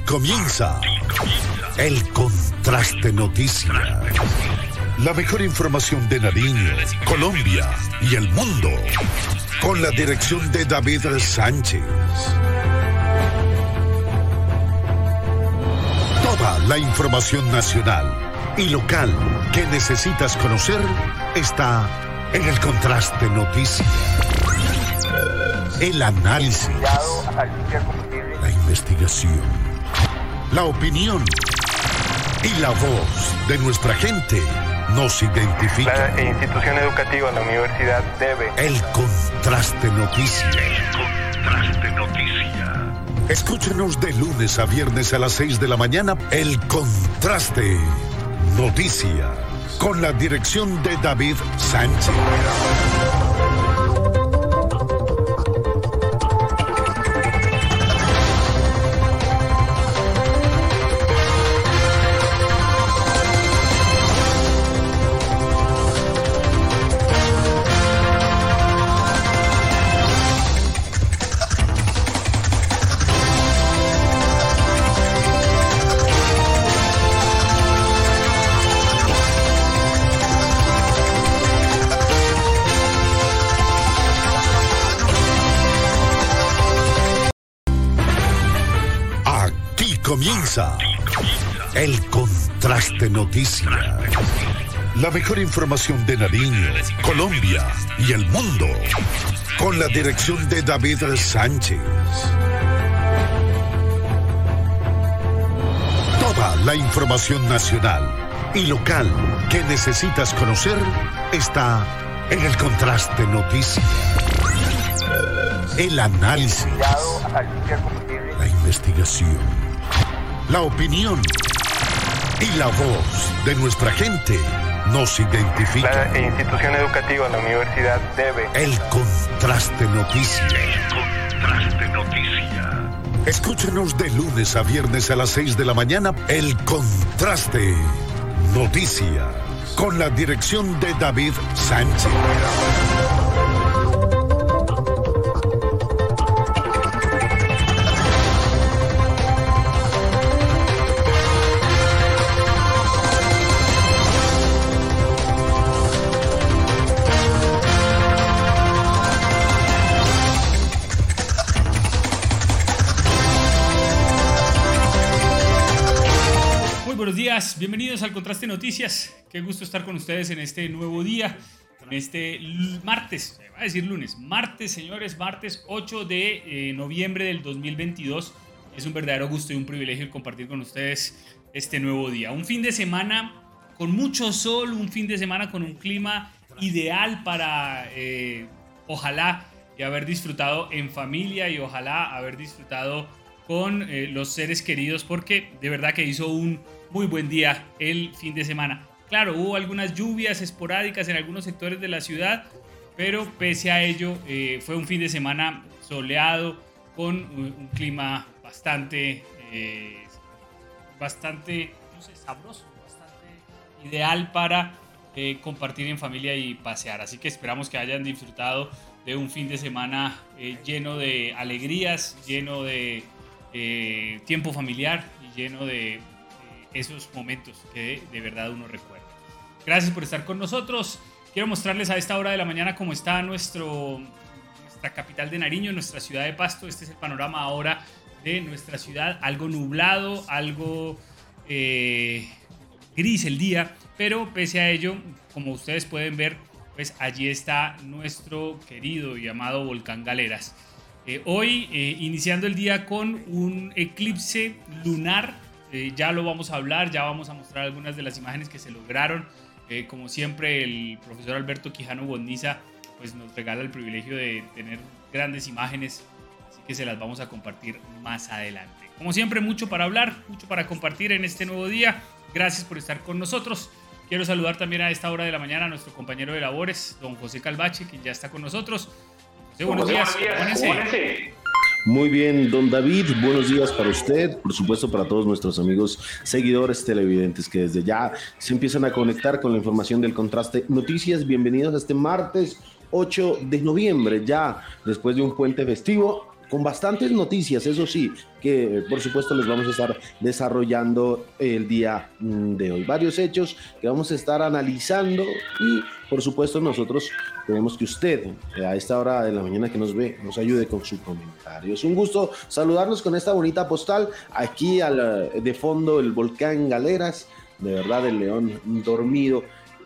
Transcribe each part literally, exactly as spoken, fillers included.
comienza El Contraste Noticias. La mejor información de Nariño, Colombia y el mundo. Con la dirección de David Sánchez. Toda la información nacional y local que necesitas conocer está en El Contraste Noticias. El análisis, la investigación, la opinión y la voz de nuestra gente nos identifica. La institución educativa, la universidad debe. El Contraste Noticias. El Contraste Noticias. Escúchenos de lunes a viernes a las seis de la mañana. El Contraste Noticias. Con la dirección de David Sánchez. Comienza El Contraste Noticias. La mejor información de Nariño, Colombia y el mundo. Con la dirección de David Sánchez. Toda la información nacional y local que necesitas conocer está en El Contraste Noticias. El análisis, la investigación, la opinión y la voz de nuestra gente nos identifica. La institución educativa, la universidad debe. El Contraste Noticias. El Contraste Noticias. Escúchenos de lunes a viernes a las seis de la mañana. El Contraste Noticias. Con la dirección de David Sánchez. Buenos días, bienvenidos al Contraste Noticias. Qué gusto estar con ustedes en este nuevo día, en este martes, va a decir lunes, martes, señores, martes ocho de noviembre del dos mil veintidós. Es un verdadero gusto y un privilegio compartir con ustedes este nuevo día. Un fin de semana con mucho sol, un fin de semana con un clima ideal para, eh, ojalá, y haber disfrutado en familia y ojalá haber disfrutado con eh, los seres queridos, porque de verdad que hizo un muy buen día el fin de semana. Claro, hubo algunas lluvias esporádicas en algunos sectores de la ciudad, pero pese a ello eh, fue un fin de semana soleado con un, un clima bastante, eh, bastante, no sé, sabroso, bastante ideal para eh, compartir en familia y pasear. Así que esperamos que hayan disfrutado de un fin de semana eh, lleno de alegrías, lleno de eh, tiempo familiar y lleno de esos momentos que de verdad uno recuerda. Gracias por estar con nosotros. Quiero mostrarles a esta hora de la mañana cómo está nuestro, nuestra capital de Nariño, nuestra ciudad de Pasto. Este es el panorama ahora de nuestra ciudad. Algo nublado, algo eh, gris el día, pero pese a ello, como ustedes pueden ver, pues allí está nuestro querido y amado volcán Galeras. Eh, hoy eh, iniciando el día con un eclipse lunar. Eh, ya lo vamos a hablar, ya vamos a mostrar algunas de las imágenes que se lograron. Eh, como siempre, el profesor Alberto Quijano Bonniza pues, nos regala el privilegio de tener grandes imágenes, así que se las vamos a compartir más adelante. Como siempre, mucho para hablar, mucho para compartir en este nuevo día. Gracias por estar con nosotros. Quiero saludar también a esta hora de la mañana a nuestro compañero de labores, don José Calvache, quien ya está con nosotros. José, buenos días. Buenos días. Muy bien, don David, buenos días para usted, por supuesto para todos nuestros amigos seguidores televidentes que desde ya se empiezan a conectar con la información del Contraste Noticias. Bienvenidos a este martes ocho de noviembre, ya después de un puente festivo. con bastantes noticias, eso sí, que por supuesto les vamos a estar desarrollando el día de hoy. Varios hechos que vamos a estar analizando y por supuesto nosotros queremos que usted a esta hora de la mañana que nos ve nos ayude con su comentario. Es un gusto saludarlos con esta bonita postal. Aquí al, de fondo el volcán Galeras, de verdad el león dormido,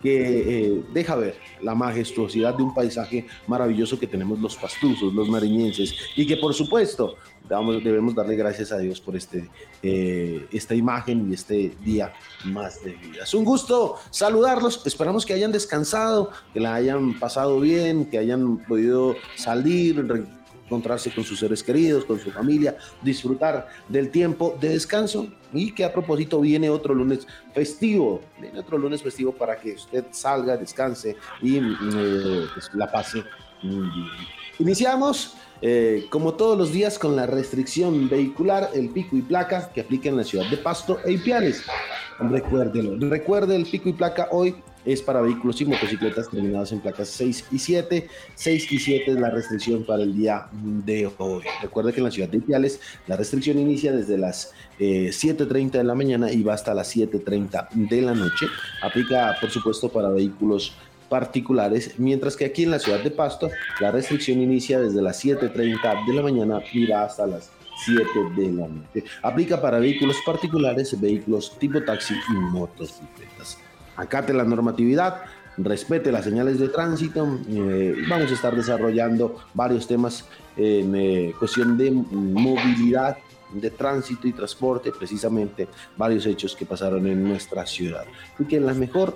que eh, deja ver la majestuosidad de un paisaje maravilloso que tenemos los pastusos, los nariñenses, y que por supuesto damos, debemos darle gracias a Dios por este, eh, esta imagen y este día más de vida. Es un gusto saludarlos, esperamos que hayan descansado, que la hayan pasado bien, que hayan podido salir, encontrarse con sus seres queridos, con su familia, disfrutar del tiempo de descanso y que a propósito viene otro lunes festivo, viene otro lunes festivo para que usted salga, descanse y eh, pues, la pase bien. Iniciamos eh, como todos los días con la restricción vehicular, el pico y placa que aplica en la ciudad de Pasto e Ipiales. Recuérdelo, recuerde el pico y placa hoy es para vehículos y motocicletas terminadas en placas seis y siete. seis y siete es la restricción para el día de hoy. Recuerde que en la ciudad de Ipiales la restricción inicia desde las eh, siete treinta de la mañana y va hasta las siete treinta de la noche. Aplica, por supuesto, para vehículos particulares, mientras que aquí en la ciudad de Pasto la restricción inicia desde las siete treinta de la mañana y va hasta las siete de la noche. Aplica para vehículos particulares, vehículos tipo taxi y motocicletas. Acate la normatividad, respete las señales de tránsito. Eh, vamos a estar desarrollando varios temas en eh, cuestión de movilidad, de tránsito y transporte, precisamente varios hechos que pasaron en nuestra ciudad. Y que la mejor,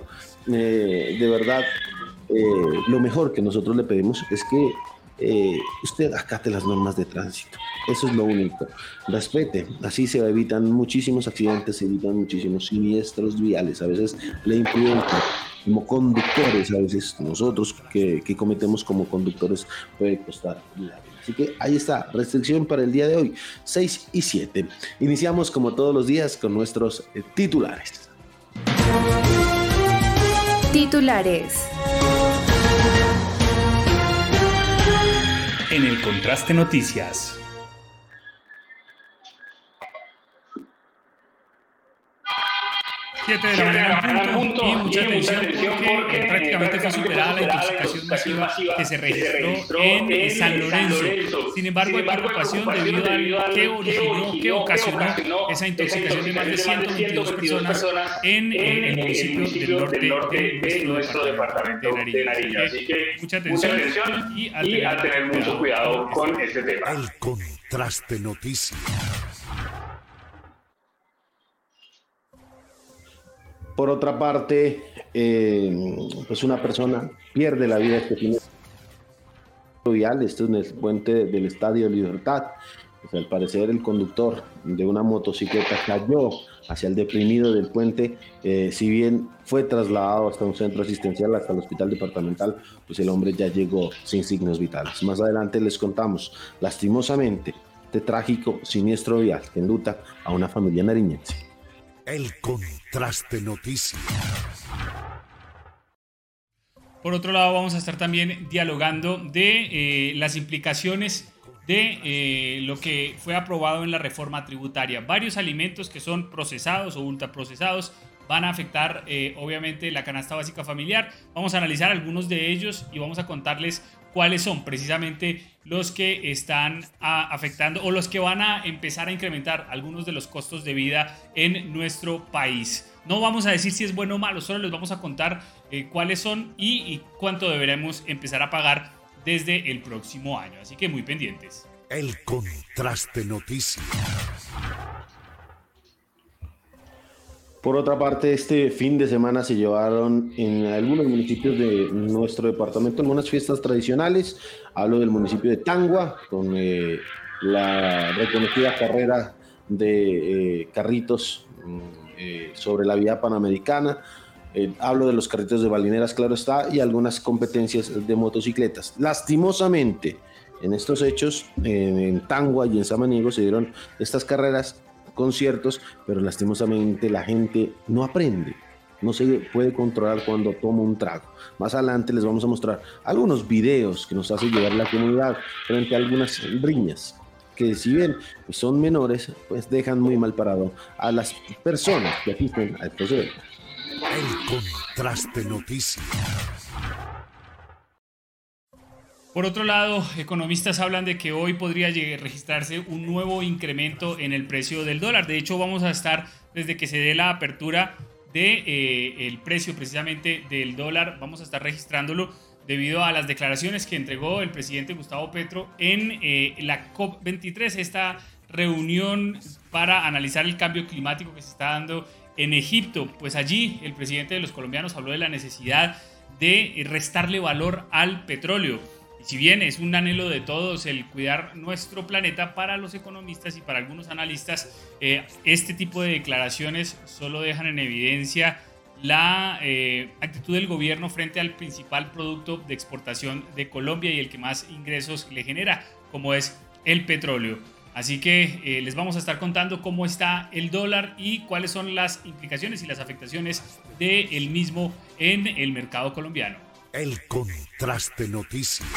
eh, de verdad, eh, lo mejor que nosotros le pedimos es que eh, usted acate las normas de tránsito. Eso es lo único. Respete. Así se evitan muchísimos accidentes, se evitan muchísimos siniestros viales. A veces le impiden como conductores, a veces nosotros que, que cometemos como conductores puede costar la vida. Así que ahí está, restricción para el día de hoy, seis y siete. Iniciamos como todos los días con nuestros eh, titulares. Titulares. En el Contraste Noticias. siete de la mañana en punto, y mucha atención porque prácticamente fue superada la intoxicación masiva que se registró en San Lorenzo. Sin embargo, hay preocupación debido al que originó, que ocasionó esa intoxicación de más de ciento veintidós personas en el municipio del norte de nuestro departamento de Nariño. Así que mucha atención y a tener mucho cuidado con este tema. El Contraste Noticias. Por otra parte, eh, pues una persona pierde la vida este fin de semana. Esto es en el puente del Estadio Libertad. Pues al parecer el conductor de una motocicleta cayó hacia el deprimido del puente. Eh, si bien fue trasladado hasta un centro asistencial, hasta el hospital departamental, pues el hombre ya llegó sin signos vitales. Más adelante les contamos, lastimosamente, este trágico siniestro vial que enluta a una familia nariñense. El Contraste Noticias. Por otro lado, vamos a estar también dialogando de eh, las implicaciones de eh, lo que fue aprobado en la reforma tributaria. Varios alimentos que son procesados o ultraprocesados van a afectar eh, obviamente la canasta básica familiar. Vamos a analizar algunos de ellos y vamos a contarles cuáles son precisamente los que están a, afectando o los que van a empezar a incrementar algunos de los costos de vida en nuestro país. No vamos a decir si es bueno o malo, solo les vamos a contar eh, cuáles son y, y cuánto deberemos empezar a pagar desde el próximo año. Así que muy pendientes. El Contraste Noticias. Por otra parte, este fin de semana se llevaron en algunos municipios de nuestro departamento algunas fiestas tradicionales. Hablo del municipio de Tangua, con eh, la reconocida carrera de eh, carritos eh, sobre la vía panamericana. Eh, hablo de los carritos de balineras, claro está, y algunas competencias de motocicletas. Lastimosamente, en estos hechos, en, en Tangua y en Samaniego se dieron estas carreras, conciertos, pero lastimosamente la gente no aprende, no se puede controlar cuando toma un trago. Más adelante les vamos a mostrar algunos videos que nos hace llevar la comunidad frente a algunas riñas. que si bien pues, son menores, pues dejan muy mal parado a las personas que asisten a estos eventos. El Contraste Noticias. Por otro lado, economistas hablan de que hoy podría registrarse un nuevo incremento en el precio del dólar. De hecho, vamos a estar desde que se dé la apertura de, eh, el precio precisamente del dólar, vamos a estar registrándolo debido a las declaraciones que entregó el presidente Gustavo Petro en eh, la COP veintitrés, esta reunión para analizar el cambio climático que se está dando en Egipto. Pues allí el presidente de los colombianos habló de la necesidad de restarle valor al petróleo. Y si bien es un anhelo de todos el cuidar nuestro planeta, para los economistas y para algunos analistas, eh, este tipo de declaraciones solo dejan en evidencia la eh, actitud del gobierno frente al principal producto de exportación de Colombia y el que más ingresos le genera, como es el petróleo. Así que eh, les vamos a estar contando cómo está el dólar y cuáles son las implicaciones y las afectaciones del mismo en el mercado colombiano. El Contraste Noticias.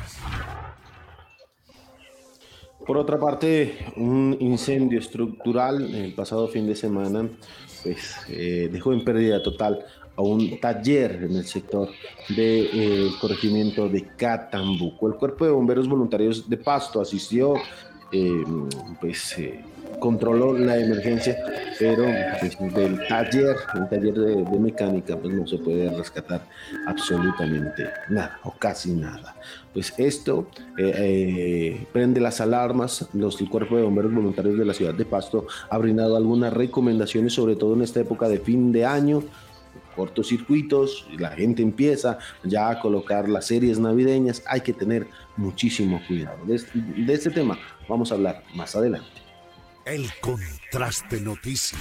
Por otra parte, un incendio estructural el pasado fin de semana pues, eh, dejó en pérdida total a un taller en el sector del de, eh, corregimiento de Catambuco. El Cuerpo de Bomberos Voluntarios de Pasto asistió, eh, pues eh, controló la emergencia, pero pues, del taller, el taller de, de mecánica, pues no se puede rescatar absolutamente nada o casi nada. Pues esto eh, eh, prende las alarmas. Los, el Cuerpo de Bomberos Voluntarios de la ciudad de Pasto ha brindado algunas recomendaciones, sobre todo en esta época de fin de año, cortocircuitos, la gente empieza ya a colocar las series navideñas, hay que tener muchísimo cuidado. De este, de este tema vamos a hablar más adelante. El Contraste Noticias.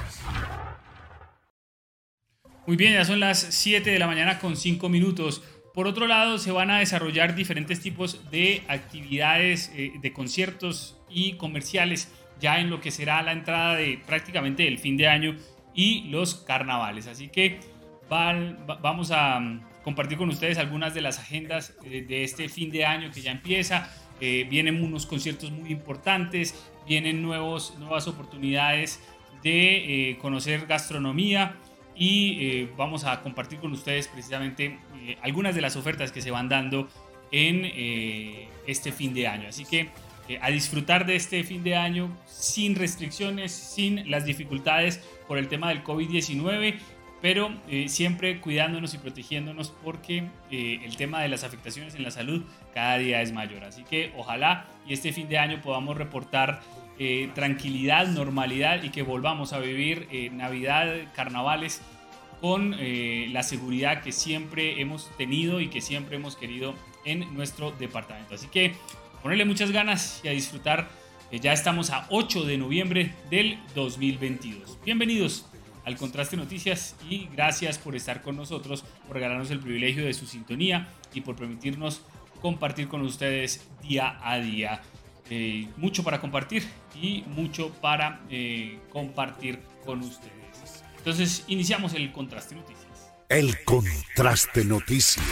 Muy bien, ya son las siete de la mañana con cinco minutos. Por otro lado, se van a desarrollar diferentes tipos de actividades, eh, de conciertos y comerciales ya en lo que será la entrada de prácticamente el fin de año y los carnavales. Así que va, va, vamos a um, compartir con ustedes algunas de las agendas eh, de este fin de año que ya empieza. Eh, vienen unos conciertos muy importantes, vienen nuevos, nuevas oportunidades de eh, conocer gastronomía y eh, vamos a compartir con ustedes precisamente eh, algunas de las ofertas que se van dando en eh, este fin de año. Así que eh, a disfrutar de este fin de año sin restricciones, sin las dificultades por el tema del COVID diecinueve, pero eh, siempre cuidándonos y protegiéndonos porque eh, el tema de las afectaciones en la salud cada día es mayor. Así que ojalá y este fin de año podamos reportar eh, tranquilidad, normalidad y que volvamos a vivir eh, Navidad, carnavales con eh, la seguridad que siempre hemos tenido y que siempre hemos querido en nuestro departamento. Así que ponerle muchas ganas y a disfrutar. Eh, ya estamos a ocho de noviembre del dos mil veintidós. Bienvenidos al Contraste Noticias y gracias por estar con nosotros, por regalarnos el privilegio de su sintonía y por permitirnos compartir con ustedes día a día. Eh, mucho para compartir y mucho para eh, compartir con ustedes. Entonces iniciamos el Contraste Noticias. El Contraste Noticias.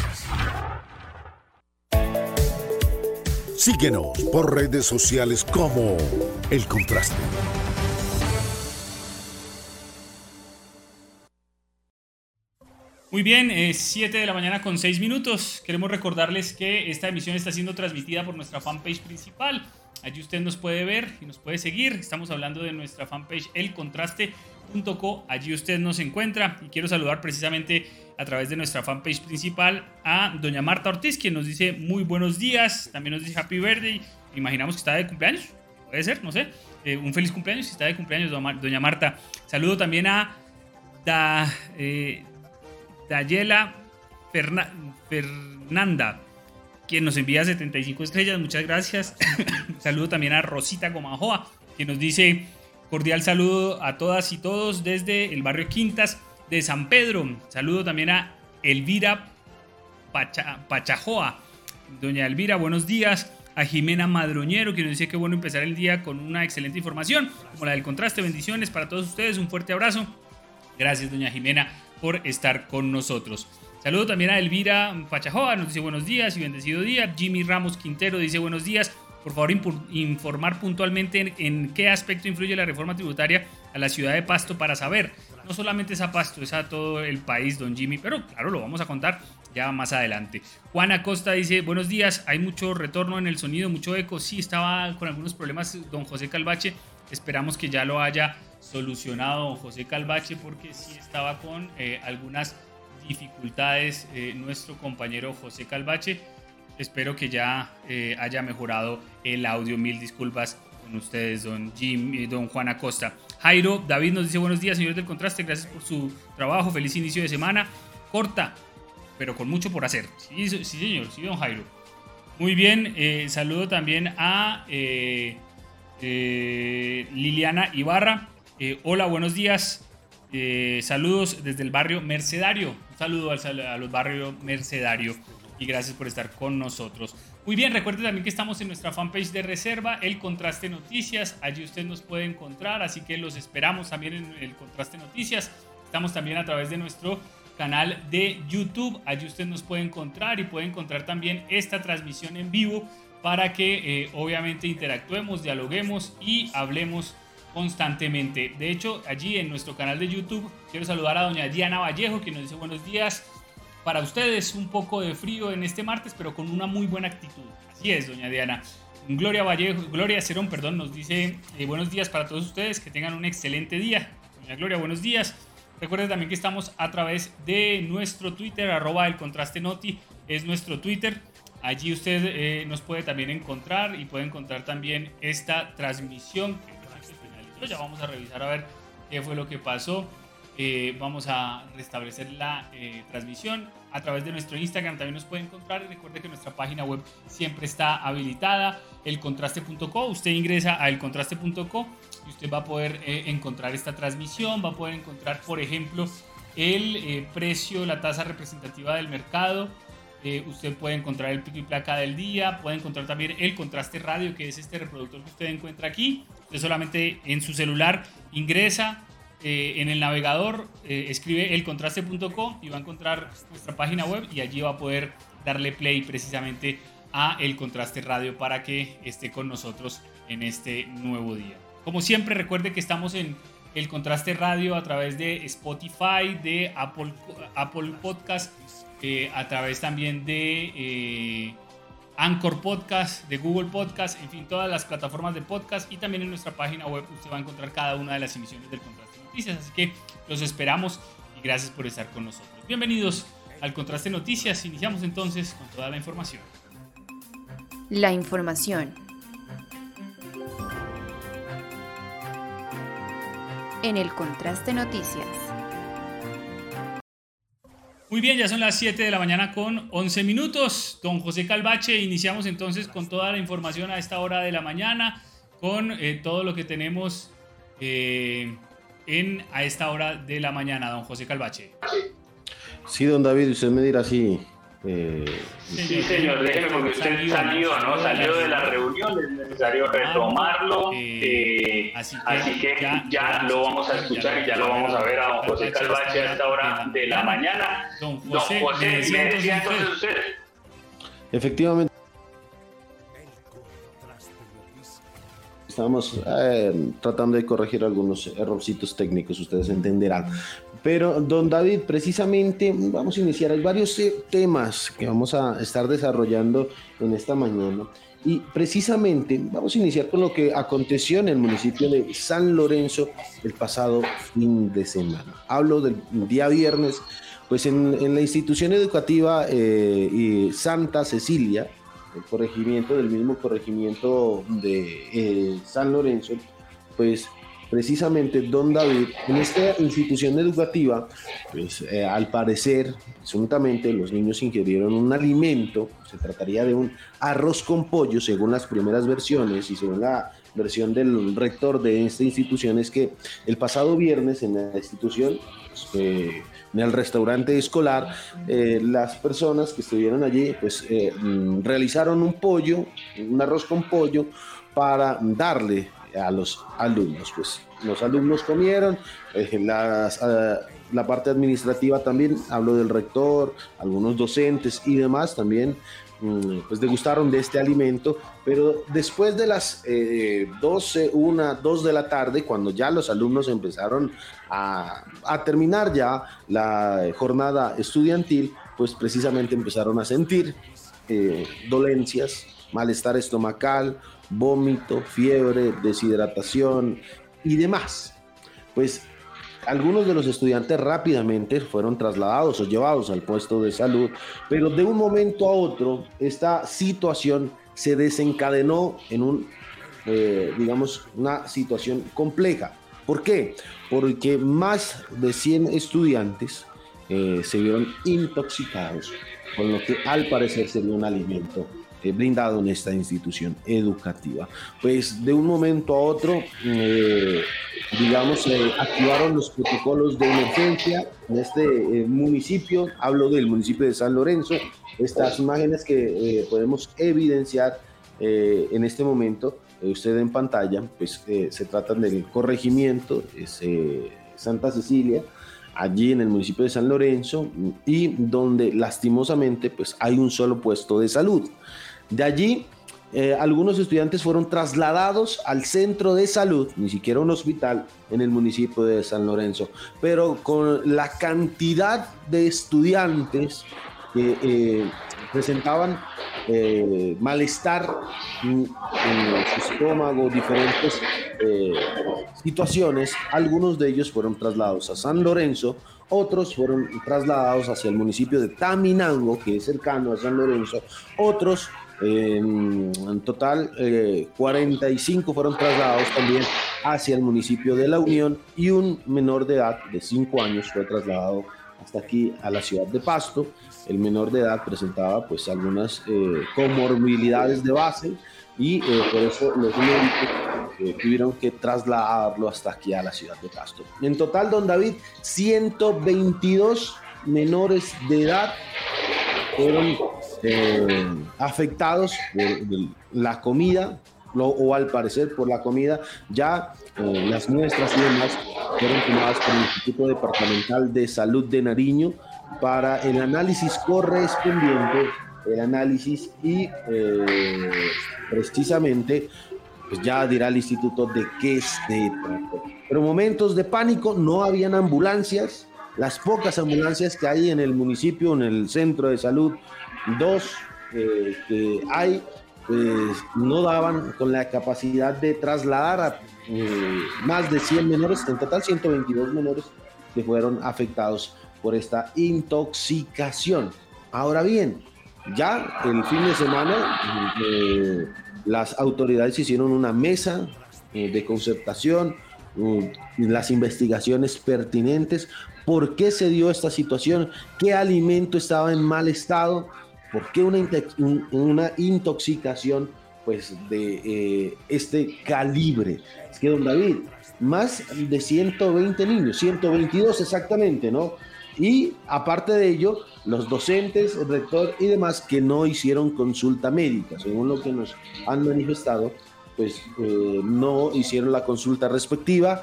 Síguenos por redes sociales como El Contraste. Muy bien, es siete de la mañana con seis minutos. Queremos recordarles que esta emisión está siendo transmitida por nuestra fanpage principal. Allí usted nos puede ver y nos puede seguir. Estamos hablando de nuestra fanpage el contraste punto co. Allí usted nos encuentra. Y quiero saludar precisamente a través de nuestra fanpage principal a doña Marta Ortiz, quien nos dice muy buenos días. También nos dice Happy Birthday. Imaginamos que está de cumpleaños. Puede ser, no sé. Eh, un feliz cumpleaños si está de cumpleaños, doña Marta. Saludo también a da, eh, Dayela Ferna, Fernanda, quien nos envía setenta y cinco estrellas. Muchas gracias. Saludo también a Rosita Gomajoa, quien nos dice cordial saludo a todas y todos desde el barrio Quintas de San Pedro. Saludo también a Elvira Pacha, Pachajoa. Doña Elvira, buenos días. A Jimena Madroñero, quien nos dice que bueno empezar el día con una excelente información como la del Contraste. Bendiciones para todos ustedes. Un fuerte abrazo. Gracias, doña Jimena, por estar con nosotros. Saludo también a Elvira Pachajoa, nos dice buenos días y bendecido día. Jimmy Ramos Quintero dice buenos días por favor informar puntualmente en, en qué aspecto influye la reforma tributaria a la ciudad de Pasto para saber. No solamente es a Pasto, es a todo el país, don Jimmy, pero claro, lo vamos a contar ya más adelante. Juan Acosta dice, buenos días, hay mucho retorno en el sonido, mucho eco. Sí, estaba con algunos problemas don José Calvache, esperamos que ya lo haya solucionado don José Calvache, porque sí estaba con eh, algunas dificultades eh, nuestro compañero José Calvache. Espero que ya eh, haya mejorado el audio. Mil disculpas con ustedes, don Jim, eh, don Juan Acosta. Jairo David nos dice, buenos días, señores del Contraste, gracias por su trabajo, feliz inicio de semana. Corta, pero con mucho por hacer. Sí, sí señor, sí, don Jairo. Muy bien, eh, saludo también a eh, eh, Liliana Ibarra. Eh, hola, buenos días. Eh, saludos desde el barrio Mercedario. Un saludo al, a los barrios Mercedario y gracias por estar con nosotros. Muy bien, recuerden también que estamos en nuestra fanpage de reserva, El Contraste Noticias. Allí usted nos puede encontrar, así que los esperamos también en El Contraste Noticias. Estamos también a través de nuestro canal de YouTube. Allí usted nos puede encontrar y puede encontrar también esta transmisión en vivo para que eh, obviamente interactuemos, dialoguemos y hablemos constantemente. De hecho, allí en nuestro canal de YouTube quiero saludar a doña Diana Vallejo, que nos dice buenos días para ustedes, un poco de frío en este martes, pero con una muy buena actitud. Así es, doña Diana. Gloria Vallejo, Gloria Cerón, perdón, nos dice eh, buenos días para todos ustedes, que tengan un excelente día. Doña Gloria, buenos días. Recuerden también que estamos a través de nuestro Twitter, arroba el contraste noti, es nuestro Twitter. Allí usted eh, nos puede también encontrar y puede encontrar también esta transmisión que finalizó. Ya vamos a revisar a ver qué fue lo que pasó. Eh, vamos a restablecer la eh, transmisión a través de nuestro Instagram. También nos puede encontrar y recuerde que nuestra página web siempre está habilitada, el contraste punto co. Usted ingresa a el contraste punto co y usted va a poder eh, encontrar esta transmisión, va a poder encontrar, por ejemplo, el eh, precio, la tasa representativa del mercado. Eh, usted puede encontrar el pico y placa del día, puede encontrar también el contraste radio, que es este reproductor que usted encuentra aquí. Usted solamente en su celular ingresa eh, en el navegador, eh, escribe el contraste punto co y va a encontrar nuestra página web y allí va a poder darle play precisamente a el contraste radio para que esté con nosotros en este nuevo día. Como siempre, recuerde que estamos en el Contraste Radio a través de Spotify, de Apple, Apple Podcast, eh, a través también de eh, Anchor Podcast, de Google Podcast, en fin, todas las plataformas de podcast, y también en nuestra página web usted va a encontrar cada una de las emisiones del Contraste Noticias. Así que los esperamos y gracias por estar con nosotros. Bienvenidos al Contraste Noticias. Iniciamos entonces con toda la información. La información. En el Contraste Noticias. Muy bien, ya son las siete de la mañana con once minutos. Don José Calvache, iniciamos entonces con toda la información a esta hora de la mañana, con eh, todo lo que tenemos eh, en, a esta hora de la mañana. Don José Calvache. Sí, don David, usted me dirá si... Eh, sí, señor, déjeme porque usted salió, ¿no? Salió de la reunión, es necesario retomarlo, eh, así que, así que ya, ya lo vamos a escuchar y ya lo vamos a ver a don José Calvache a esta hora de la mañana. Don José, don José, me decía entonces usted. Efectivamente. Estamos eh, tratando de corregir algunos errorcitos técnicos, ustedes entenderán. Pero, don David, precisamente vamos a iniciar. Hay varios temas que vamos a estar desarrollando en esta mañana. Y precisamente vamos a iniciar con lo que aconteció en el municipio de San Lorenzo el pasado fin de semana. Hablo del día viernes, pues en, en la institución educativa eh, y Santa Cecilia, el corregimiento del mismo corregimiento de eh, San Lorenzo, pues precisamente don David, en esta institución educativa, pues eh, al parecer, presuntamente los niños ingirieron un alimento, se trataría de un arroz con pollo, según las primeras versiones y según la versión del rector de esta institución, es que el pasado viernes en la institución, pues, eh, en el restaurante escolar, eh, las personas que estuvieron allí, pues eh, realizaron un pollo, un arroz con pollo, para darle a los alumnos. Pues los alumnos comieron, eh, las, uh, la parte administrativa también, hablo del rector, algunos docentes y demás también, pues degustaron de este alimento, pero después de las eh, doce, una, dos de la tarde, cuando ya los alumnos empezaron a, a terminar ya la jornada estudiantil, pues precisamente empezaron a sentir eh, dolencias, malestar estomacal, vómito, fiebre, deshidratación y demás. Pues algunos de los estudiantes rápidamente fueron trasladados o llevados al puesto de salud, pero de un momento a otro esta situación se desencadenó en un, eh, digamos, una situación compleja. ¿Por qué? Porque más de cien estudiantes eh, se vieron intoxicados con lo que al parecer sería un alimento eh, brindado en esta institución educativa. Pues de un momento a otro, eh, digamos, eh, activaron los protocolos de emergencia en este eh, municipio. Hablo del municipio de San Lorenzo. Estas imágenes que eh, podemos evidenciar eh, en este momento, eh, usted en pantalla, pues eh, se tratan del corregimiento es, eh, Santa Cecilia, allí en el municipio de San Lorenzo, y donde lastimosamente pues hay un solo puesto de salud. De allí, eh, algunos estudiantes fueron trasladados al centro de salud, ni siquiera un hospital, en el municipio de San Lorenzo, pero con la cantidad de estudiantes que eh, presentaban eh, malestar en, en su estómago, diferentes eh, situaciones, algunos de ellos fueron trasladados a San Lorenzo, otros fueron trasladados hacia el municipio de Taminango, que es cercano a San Lorenzo, otros eh, en total eh, cuarenta y cinco fueron trasladados también hacia el municipio de La Unión, y un menor de edad de cinco años fue trasladado hasta aquí a la ciudad de Pasto. El menor de edad presentaba pues algunas eh, comorbilidades de base, y eh, por eso los médicos eh, tuvieron que trasladarlo hasta aquí a la ciudad de Pasto. En total, don David, ciento veintidós menores de edad fueron eh, afectados por la comida, lo, o al parecer por la comida. Ya eh, las muestras y demás fueron tomadas por el Instituto Departamental de Salud de Nariño para el análisis correspondiente, el análisis y eh, precisamente pues ya dirá el instituto de qué se trató. Pero momentos de pánico, no habían ambulancias, las pocas ambulancias que hay en el municipio, en el centro de salud, dos eh, que hay, pues no daban con la capacidad de trasladar a eh, más de cien menores, en total ciento veintidós menores que fueron afectados por esta intoxicación. Ahora bien, ya el fin de semana eh, las autoridades hicieron una mesa eh, de concertación, eh, las investigaciones pertinentes, por qué se dio esta situación, qué alimento estaba en mal estado, por qué una, una intoxicación pues de eh, este calibre. Es que don David, más de ciento veinte niños, ciento veintidós exactamente, ¿no? Y aparte de ello, los docentes, el rector y demás que no hicieron consulta médica, según lo que nos han manifestado, pues eh, no hicieron la consulta respectiva.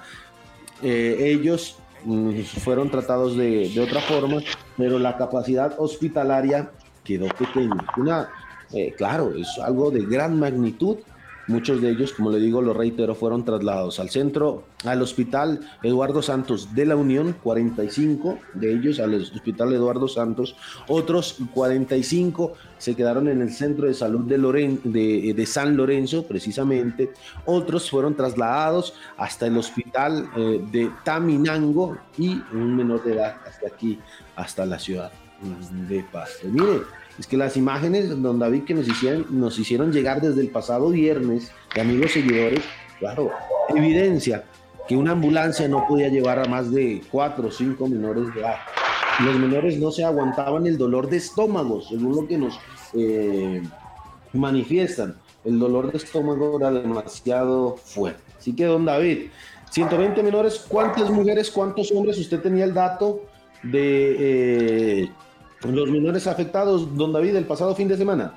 Eh, ellos mm, fueron tratados de, de otra forma, pero la capacidad hospitalaria quedó pequeña. Una, eh, claro, es algo de gran magnitud. Muchos de ellos, como le digo, lo reitero, fueron trasladados al centro, al hospital Eduardo Santos de La Unión, cuarenta y cinco de ellos al hospital Eduardo Santos, otros cuarenta y cinco se quedaron en el centro de salud de, Loren, de, de San Lorenzo, precisamente, otros fueron trasladados hasta el hospital eh, de Taminango, y un menor de edad hasta aquí, hasta la ciudad de Pasto. Mire, es que las imágenes, don David, que nos hicieron, nos hicieron llegar desde el pasado viernes, de amigos seguidores, claro, evidencia que una ambulancia no podía llevar a más de cuatro o cinco menores de edad. Los menores no se aguantaban el dolor de estómago, según lo que nos eh, manifiestan. El dolor de estómago era demasiado fuerte. Así que, don David, ciento veinte menores, ¿cuántas mujeres, cuántos hombres? Usted tenía el dato de... Eh, los menores afectados, don David, el pasado fin de semana.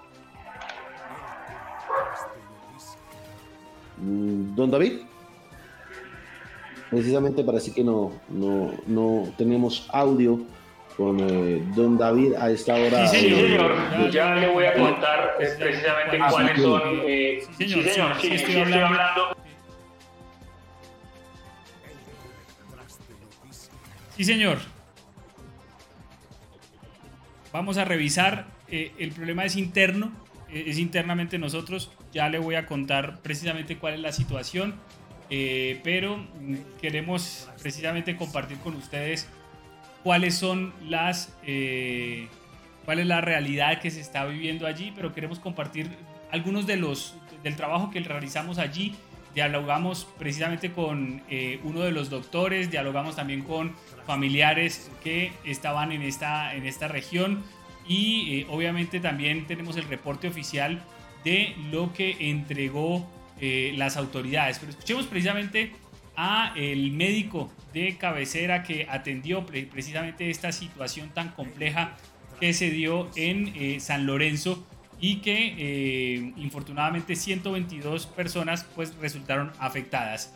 Don David, precisamente parece que no, no, no tenemos audio con eh, don David a esta hora. Sí, eh, señor. Ya le voy a contar eh, precisamente ah, cuáles son. Eh, sí, señor. Sí, señor. Sí, sí, estoy, sí, estoy hablando. Sí, señor. Vamos a revisar. Eh, el problema es interno. Eh, es internamente nosotros. Ya le voy a contar precisamente cuál es la situación. Eh, pero queremos precisamente compartir con ustedes cuáles son las eh, cuál es la realidad que se está viviendo allí, pero queremos compartir algunos de los del trabajo que realizamos allí. Dialogamos precisamente con eh, uno de los doctores, dialogamos también con familiares que estaban en esta, en esta región y eh, obviamente también tenemos el reporte oficial de lo que entregó eh, las autoridades. Pero escuchemos precisamente a el médico de cabecera que atendió pre- precisamente esta situación tan compleja que se dio en eh, San Lorenzo y que eh, infortunadamente ciento veintidós personas pues resultaron afectadas.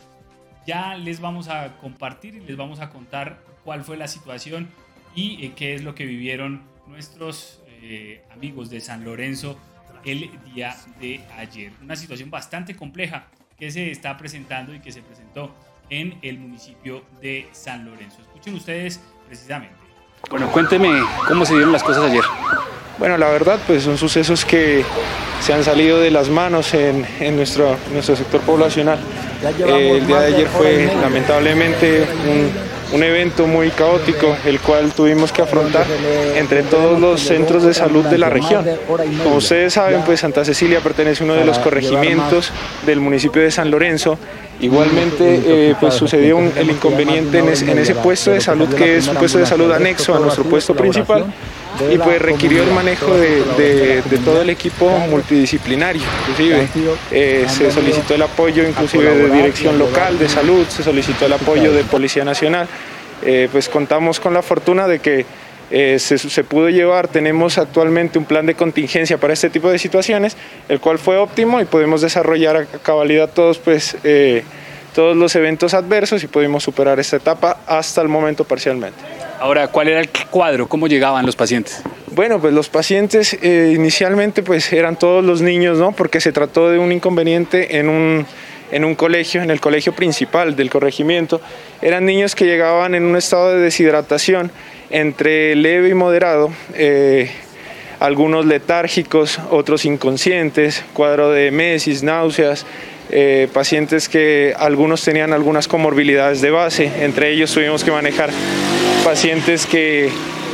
Ya les vamos a compartir y les vamos a contar cuál fue la situación y eh, qué es lo que vivieron nuestros eh, amigos de San Lorenzo el día de ayer. Una situación bastante compleja que se está presentando y que se presentó en el municipio de San Lorenzo. Escuchen ustedes precisamente. Bueno, cuénteme cómo se dieron las cosas ayer. Bueno, la verdad, pues son sucesos que se han salido de las manos en, en nuestro, nuestro sector poblacional. Eh, el día de ayer fue lamentablemente un, un evento muy caótico, el cual tuvimos que afrontar entre todos los centros de salud de la región. Como ustedes saben, pues Santa Cecilia pertenece a uno de los corregimientos del municipio de San Lorenzo. Igualmente, eh, pues sucedió un, el inconveniente en, es, en ese puesto de salud, que es un puesto de salud anexo a nuestro puesto principal, y pues requirió el manejo de, de, de todo el equipo multidisciplinario. Inclusive eh, se solicitó el apoyo inclusive de dirección local de salud, se solicitó el apoyo de Policía Nacional. Eh, pues contamos con la fortuna de que eh, se, se pudo llevar, tenemos actualmente un plan de contingencia para este tipo de situaciones, el cual fue óptimo y podemos desarrollar a cabalidad todos, pues, eh, todos los eventos adversos y pudimos superar esta etapa hasta el momento parcialmente. Ahora, ¿cuál era el cuadro? ¿Cómo llegaban los pacientes? Bueno, pues los pacientes eh, inicialmente pues eran todos los niños, ¿no? Porque se trató de un inconveniente en un, en un colegio, en el colegio principal del corregimiento. Eran niños que llegaban en un estado de deshidratación entre leve y moderado, eh, algunos letárgicos, otros inconscientes, cuadro de emesis, náuseas, eh, pacientes que algunos tenían algunas comorbilidades de base, entre ellos tuvimos que manejar pacientes que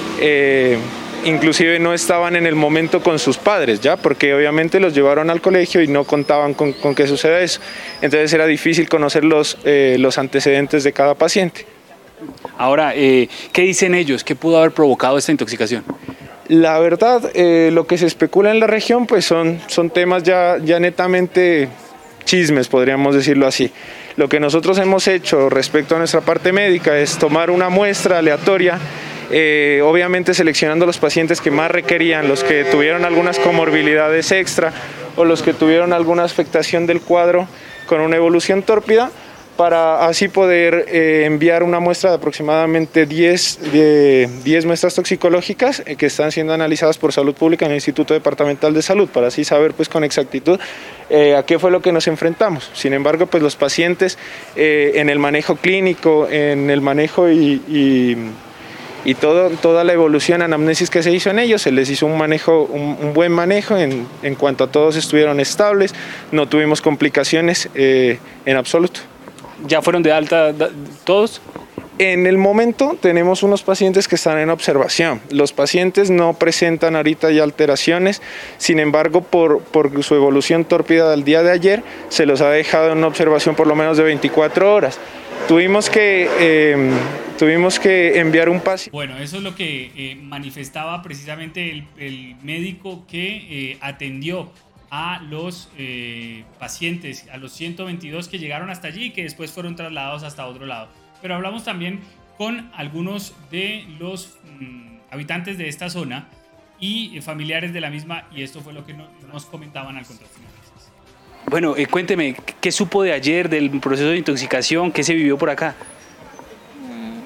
eh, inclusive no estaban en el momento con sus padres, ya, porque obviamente los llevaron al colegio y no contaban con, con que suceda eso. Entonces era difícil conocer los, eh, los antecedentes de cada paciente. Ahora, eh, ¿qué dicen ellos? ¿Qué pudo haber provocado esta intoxicación? La verdad, eh, lo que se especula en la región pues son, son temas ya, ya netamente chismes, podríamos decirlo así. Lo que nosotros hemos hecho respecto a nuestra parte médica es tomar una muestra aleatoria, eh, obviamente seleccionando los pacientes que más requerían, los que tuvieron algunas comorbilidades extra o los que tuvieron alguna afectación del cuadro con una evolución tórpida, para así poder eh, enviar una muestra de aproximadamente diez, de, diez muestras toxicológicas eh, que están siendo analizadas por Salud Pública en el Instituto Departamental de Salud, para así saber pues con exactitud eh, a qué fue lo que nos enfrentamos. Sin embargo, pues los pacientes eh, en el manejo clínico, en el manejo y, y, y todo, toda la evolución anamnesis que se hizo en ellos, se les hizo un manejo, un, un buen manejo en, en cuanto a todos estuvieron estables, no tuvimos complicaciones eh, en absoluto. ¿Ya fueron de alta todos? En el momento tenemos unos pacientes que están en observación. Los pacientes no presentan ahorita ya alteraciones, sin embargo, por, por su evolución tórpida del día de ayer, se los ha dejado en una observación por lo menos de veinticuatro horas. Tuvimos que, eh, tuvimos que enviar un paciente. Bueno, eso es lo que eh, manifestaba precisamente el, el médico que eh, atendió a los eh, pacientes, a los ciento veintidós que llegaron hasta allí y que después fueron trasladados hasta otro lado. Pero hablamos también con algunos de los mmm, habitantes de esta zona y eh, familiares de la misma, y esto fue lo que no, nos comentaban al contraste. Bueno, eh, cuénteme, ¿qué supo de ayer del proceso de intoxicación? ¿Qué se vivió por acá? No,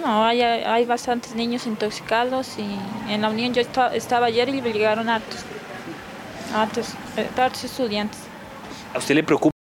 No, hay, hay bastantes niños intoxicados y en la Unión yo estaba, estaba ayer y llegaron hartos, hartos, hartos estudiantes. ¿A usted le preocupa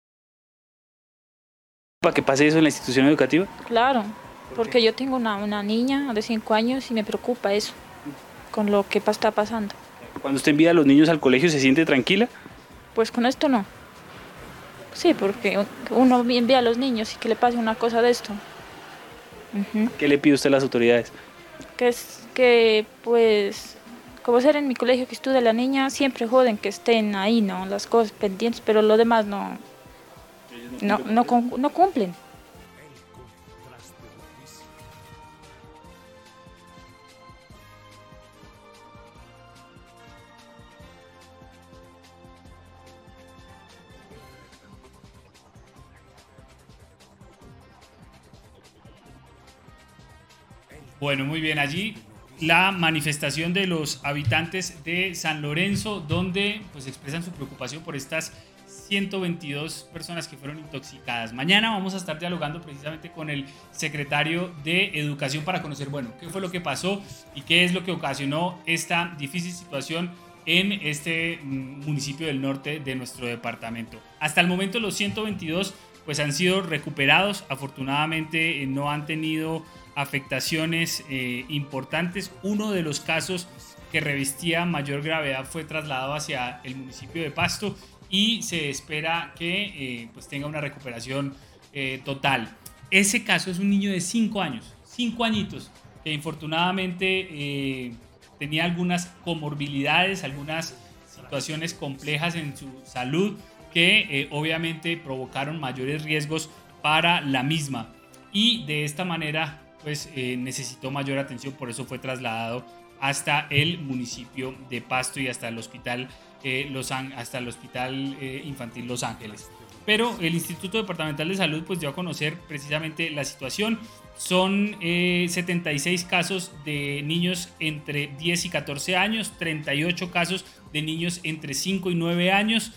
que pase eso en la institución educativa? Claro, porque yo tengo una, una niña de cinco años y me preocupa eso, con lo que está pasando. Cuando usted envía a los niños al colegio, ¿se siente tranquila? Pues con esto no. Sí, porque uno envía a los niños y que le pase una cosa de esto. Uh-huh. ¿Qué le pide usted a las autoridades? Que es que, pues, como ser en mi colegio que estudia la niña, siempre joden que estén ahí, ¿no? Las cosas pendientes, pero lo demás no, no, no, no, no cumplen. Bueno, muy bien, allí la manifestación de los habitantes de San Lorenzo, donde pues expresan su preocupación por estas ciento veintidós personas que fueron intoxicadas. Mañana vamos a estar dialogando precisamente con el secretario de Educación para conocer, bueno, qué fue lo que pasó y qué es lo que ocasionó esta difícil situación en este municipio del norte de nuestro departamento. Hasta el momento los ciento veintidós pues han sido recuperados, afortunadamente eh, no han tenido afectaciones eh, importantes. Uno de los casos que revestía mayor gravedad fue trasladado hacia el municipio de Pasto y se espera que eh, pues tenga una recuperación eh, total. Ese caso es un niño de cinco años, cinco añitos, que infortunadamente eh, tenía algunas comorbilidades, algunas situaciones complejas en su salud que eh, obviamente provocaron mayores riesgos para la misma, y de esta manera pues eh, necesitó mayor atención, por eso fue trasladado hasta el municipio de Pasto y hasta el hospital, eh, Los An- hasta el hospital eh, infantil Los Ángeles. Pero el Instituto Departamental de Salud pues dio a conocer precisamente la situación. Son eh, setenta y seis casos de niños entre diez y catorce años, treinta y ocho casos de niños entre cinco y nueve años,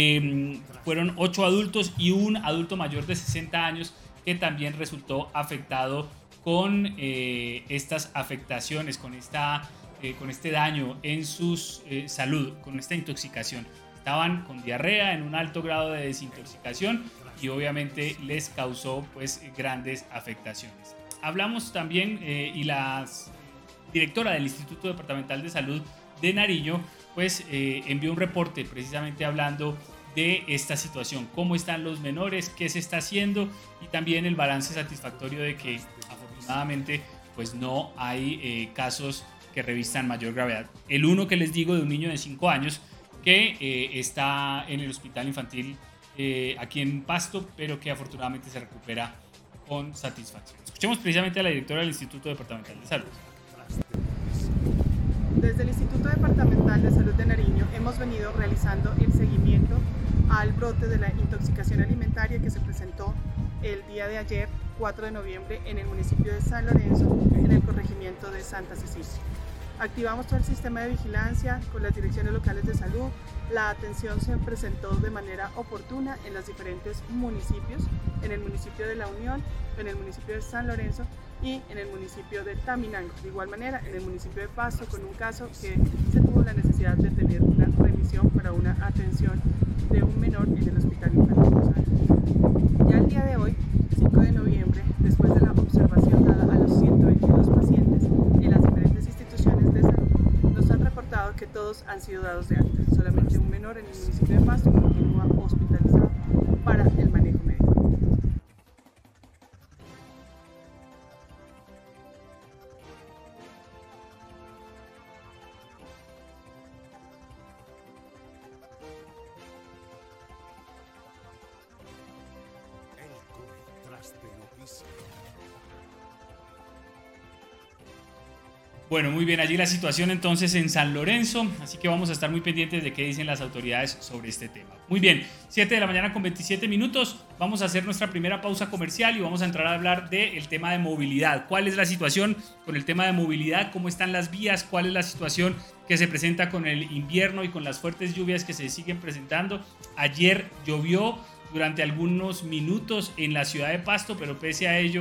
eh, fueron ocho adultos y un adulto mayor de sesenta años que también resultó afectado con eh, estas afectaciones, con, esta, eh, con este daño en su eh, salud, con esta intoxicación. Estaban con diarrea, en un alto grado de desintoxicación, y obviamente les causó pues grandes afectaciones. Hablamos también eh, y la directora del Instituto Departamental de Salud de Nariño pues eh, envió un reporte precisamente hablando de esta situación, cómo están los menores, qué se está haciendo, y también el balance satisfactorio de que afortunadamente pues no hay eh, casos que revistan mayor gravedad. El uno que les digo de un niño de cinco años que eh, está en el hospital infantil eh, aquí en Pasto, pero que afortunadamente se recupera con satisfacción. Escuchemos precisamente a la directora del Instituto Departamental de Salud. Desde el Instituto Departamental de Salud de Nariño hemos venido realizando el seguimiento al brote de la intoxicación alimentaria que se presentó el día de ayer, cuatro de noviembre, en el municipio de San Lorenzo, en el corregimiento de Santa Cecilia. Activamos todo el sistema de vigilancia con las direcciones locales de salud. La atención se presentó de manera oportuna en los diferentes municipios, en el municipio de La Unión, en el municipio de San Lorenzo y en el municipio de Taminango. De igual manera, en el municipio de Pasto, con un caso que se tuvo la necesidad de tener una remisión para una atención de un menor en el hospital infantil. Ya el día de hoy, cinco de noviembre, después de la observación dada a los ciento veintidós pacientes en las diferentes instituciones de salud, nos han reportado que todos han sido dados de alta. Solamente un menor en el municipio de Pasto continúa hospitalizado para el manejo médico. Bueno, muy bien, allí la situación entonces en San Lorenzo, así que vamos a estar muy pendientes de qué dicen las autoridades sobre este tema. Muy bien, siete de la mañana con veintisiete minutos, vamos a hacer nuestra primera pausa comercial y vamos a entrar a hablar del tema de movilidad. ¿Cuál es la situación con el tema de movilidad? ¿Cómo están las vías? ¿Cuál es la situación que se presenta con el invierno y con las fuertes lluvias que se siguen presentando? Ayer llovió durante algunos minutos en la ciudad de Pasto, pero pese a ello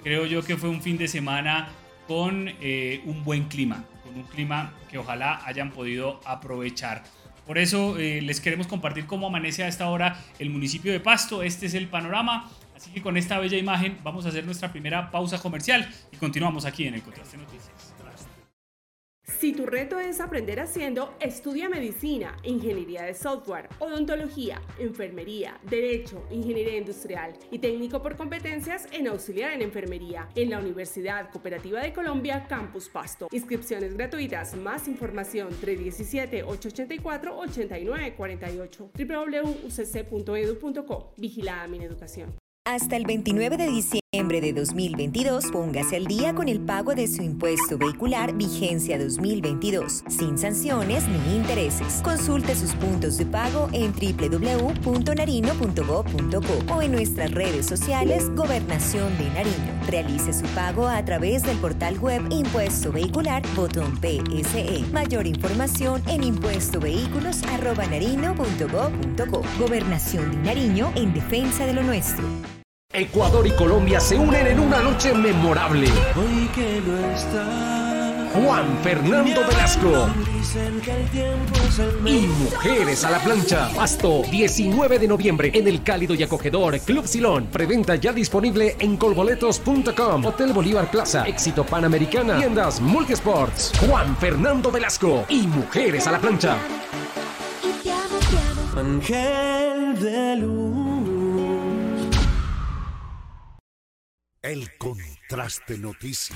creo yo que fue un fin de semana con eh, un buen clima, con un clima que ojalá hayan podido aprovechar. Por eso eh, les queremos compartir cómo amanece a esta hora el municipio de Pasto. Este es el panorama. Así que con esta bella imagen vamos a hacer nuestra primera pausa comercial y continuamos aquí en el Contraste Noticias. Si tu reto es aprender haciendo, estudia medicina, ingeniería de software, odontología, enfermería, derecho, ingeniería industrial y técnico por competencias en auxiliar en enfermería en la Universidad Cooperativa de Colombia, Campus Pasto. Inscripciones gratuitas. Más información tres uno siete, ocho ocho cuatro, ocho nueve cuatro ocho. doble u doble u doble u punto u c c punto e d u punto co. Vigilada Mineducación. Hasta el veintinueve de diciembre de dos mil veintidós, póngase al día con el pago de su impuesto vehicular vigencia dos mil veintidós, sin sanciones ni intereses. Consulte sus puntos de pago en doble u doble u doble u punto nariño punto gob punto co o en nuestras redes sociales Gobernación de Nariño. Realice su pago a través del portal web Impuesto Vehicular, botón P S E. Mayor información en impuestovehículos arroba nariño punto gob punto co. Gobernación de Nariño, en defensa de lo nuestro. Ecuador y Colombia se unen en una noche memorable. Hoy que no está, Juan Fernando Velasco y Mujeres a la Plancha. Pasto, diecinueve de noviembre en el cálido y acogedor Club Silón. Preventa ya disponible en colboletos punto com. Hotel Bolívar Plaza, Éxito Panamericana, tiendas Multisports. Juan Fernando Velasco y Mujeres a la Plancha. Ángel de luz. El Contraste Noticias.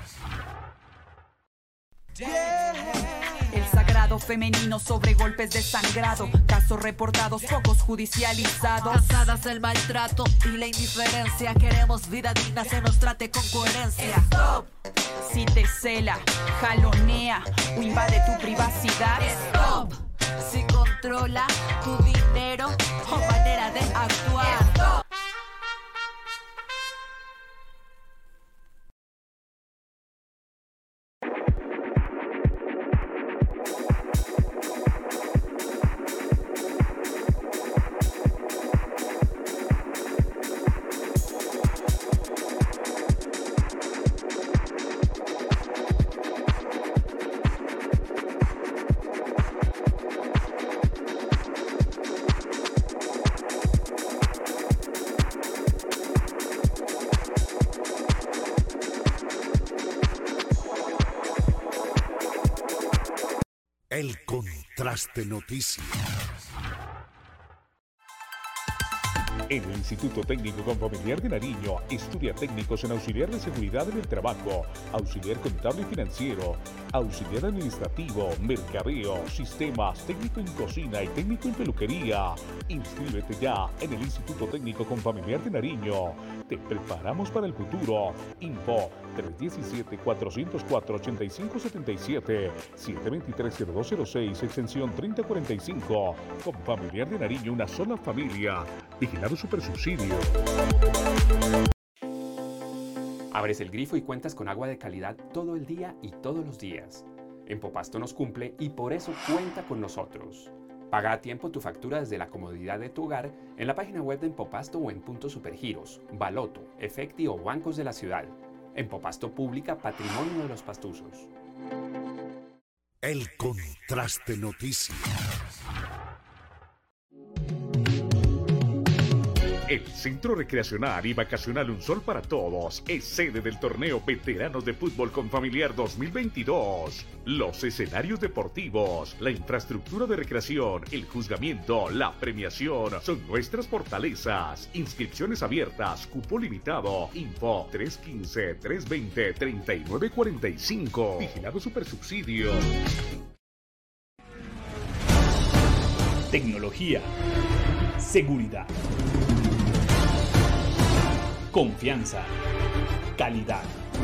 El sagrado femenino sobre golpes de sangrado, casos reportados, pocos judicializados. Cansadas del maltrato y la indiferencia, queremos vida digna, se nos trate con coherencia. Stop. Si te cela, jalonea o invade tu privacidad. Stop. Si controla tu dinero o manera de actuar. Stop. El Contraste Noticias. En el Instituto Técnico Confamiliar de Nariño, estudia técnicos en auxiliar de seguridad en el trabajo, auxiliar contable y financiero, auxiliar administrativo, mercadeo, sistemas, técnico en cocina y técnico en peluquería. Inscríbete ya en el Instituto Técnico Confamiliar de Nariño. Te preparamos para el futuro. Info tres uno siete, cuatro cero cuatro, ocho cinco siete siete, siete dos tres, cero dos cero seis, extensión treinta cuarenta y cinco. Confamiliar de Nariño, una sola familia. Vigilado Supersubsidio. Abres el grifo y cuentas con agua de calidad todo el día y todos los días. Empopasto nos cumple y por eso cuenta con nosotros. Paga a tiempo tu factura desde la comodidad de tu hogar en la página web de Empopasto o en puntos Supergiros, Baloto, Efecti o bancos de la ciudad. Empopasto Pública, patrimonio de los pastuzos. El Contraste Noticias. El Centro Recreacional y Vacacional Un Sol para Todos es sede del torneo Veteranos de Fútbol Confamiliar dos mil veintidós. Los escenarios deportivos, la infraestructura de recreación, el juzgamiento, la premiación son nuestras fortalezas. Inscripciones abiertas, cupo limitado. Info tres uno cinco, tres dos cero, tres nueve cuatro cinco. Vigilado Supersubsidio. Tecnología. Seguridad. Confianza, calidad.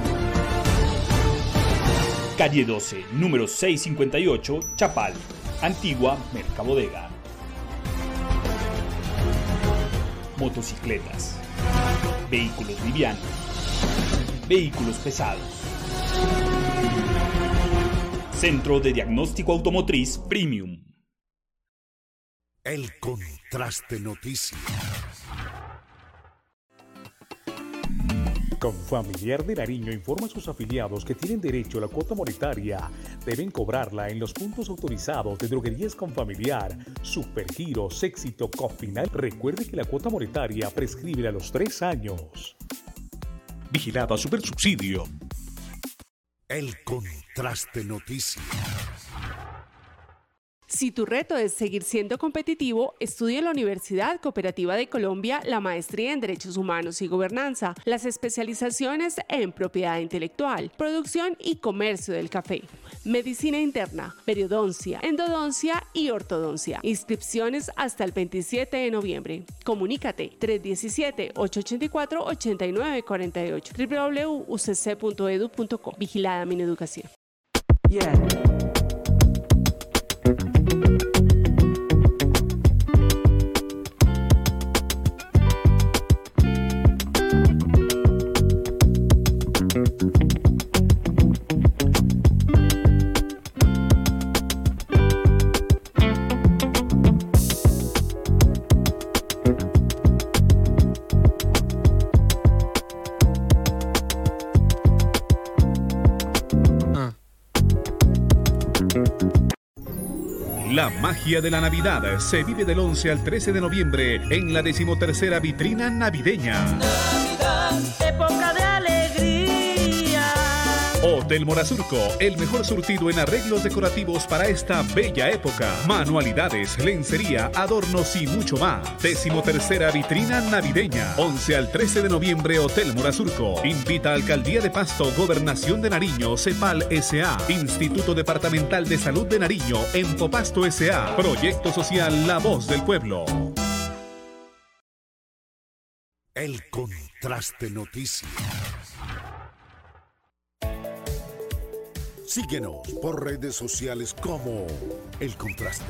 Calle doce, número seiscientos cincuenta y ocho, Chapal, Antigua Mercabodega. Motocicletas, vehículos livianos, vehículos pesados. Centro de Diagnóstico Automotriz Premium. El Contraste Noticias. Confamiliar de Nariño informa a sus afiliados que tienen derecho a la cuota monetaria. Deben cobrarla en los puntos autorizados de Droguerías Confamiliar, Supergiros, Éxito, Cofinal. Recuerde que la cuota monetaria prescribe a los tres años. Vigilado a Supersubsidio. El Contraste Noticias. Si tu reto es seguir siendo competitivo, estudia en la Universidad Cooperativa de Colombia la maestría en Derechos Humanos y Gobernanza, las especializaciones en propiedad intelectual, producción y comercio del café, medicina interna, periodoncia, endodoncia y ortodoncia. Inscripciones hasta el veintisiete de noviembre. Comunícate tres uno siete, ocho ocho cuatro, ocho nueve cuatro ocho w w w punto u c c punto e d u punto co. Vigilada Mineducación. Yeah. La magia de la Navidad se vive del once al trece de noviembre en la decimotercera vitrina navideña. Navidad, época de alegría. Hotel Morazurco, el mejor surtido en arreglos decorativos para esta bella época. Manualidades, lencería, adornos y mucho más. Decimotercera vitrina navideña. once al trece de noviembre, Hotel Morazurco. Invita a Alcaldía de Pasto, Gobernación de Nariño, CEPAL S A, Instituto Departamental de Salud de Nariño, Empopasto S A, Proyecto Social La Voz del Pueblo. El Contraste Noticias. Síguenos por redes sociales como El Contraste.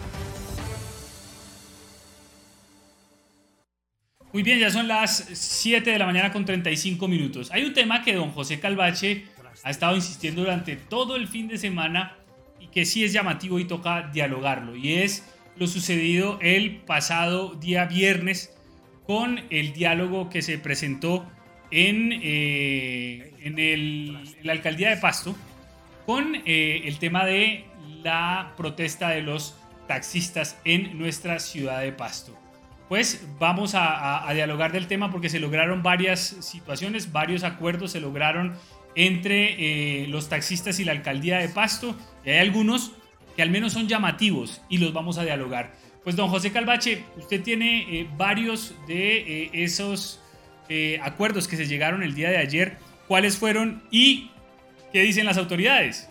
Muy bien, ya son las siete de la mañana con treinta y cinco minutos. Hay un tema que don José Calvache ha estado insistiendo durante todo el fin de semana y que sí es llamativo y toca dialogarlo. Y es lo sucedido el pasado día viernes con el diálogo que se presentó en, eh, en, el, en la alcaldía de Pasto con eh, el tema de la protesta de los taxistas en nuestra ciudad de Pasto. Pues vamos a, a, a dialogar del tema porque se lograron varias situaciones, varios acuerdos se lograron entre eh, los taxistas y la alcaldía de Pasto, y hay algunos que al menos son llamativos y los vamos a dialogar. Pues don José Calvache, usted tiene eh, varios de eh, esos eh, acuerdos que se llegaron el día de ayer. ¿Cuáles fueron y qué dicen las autoridades?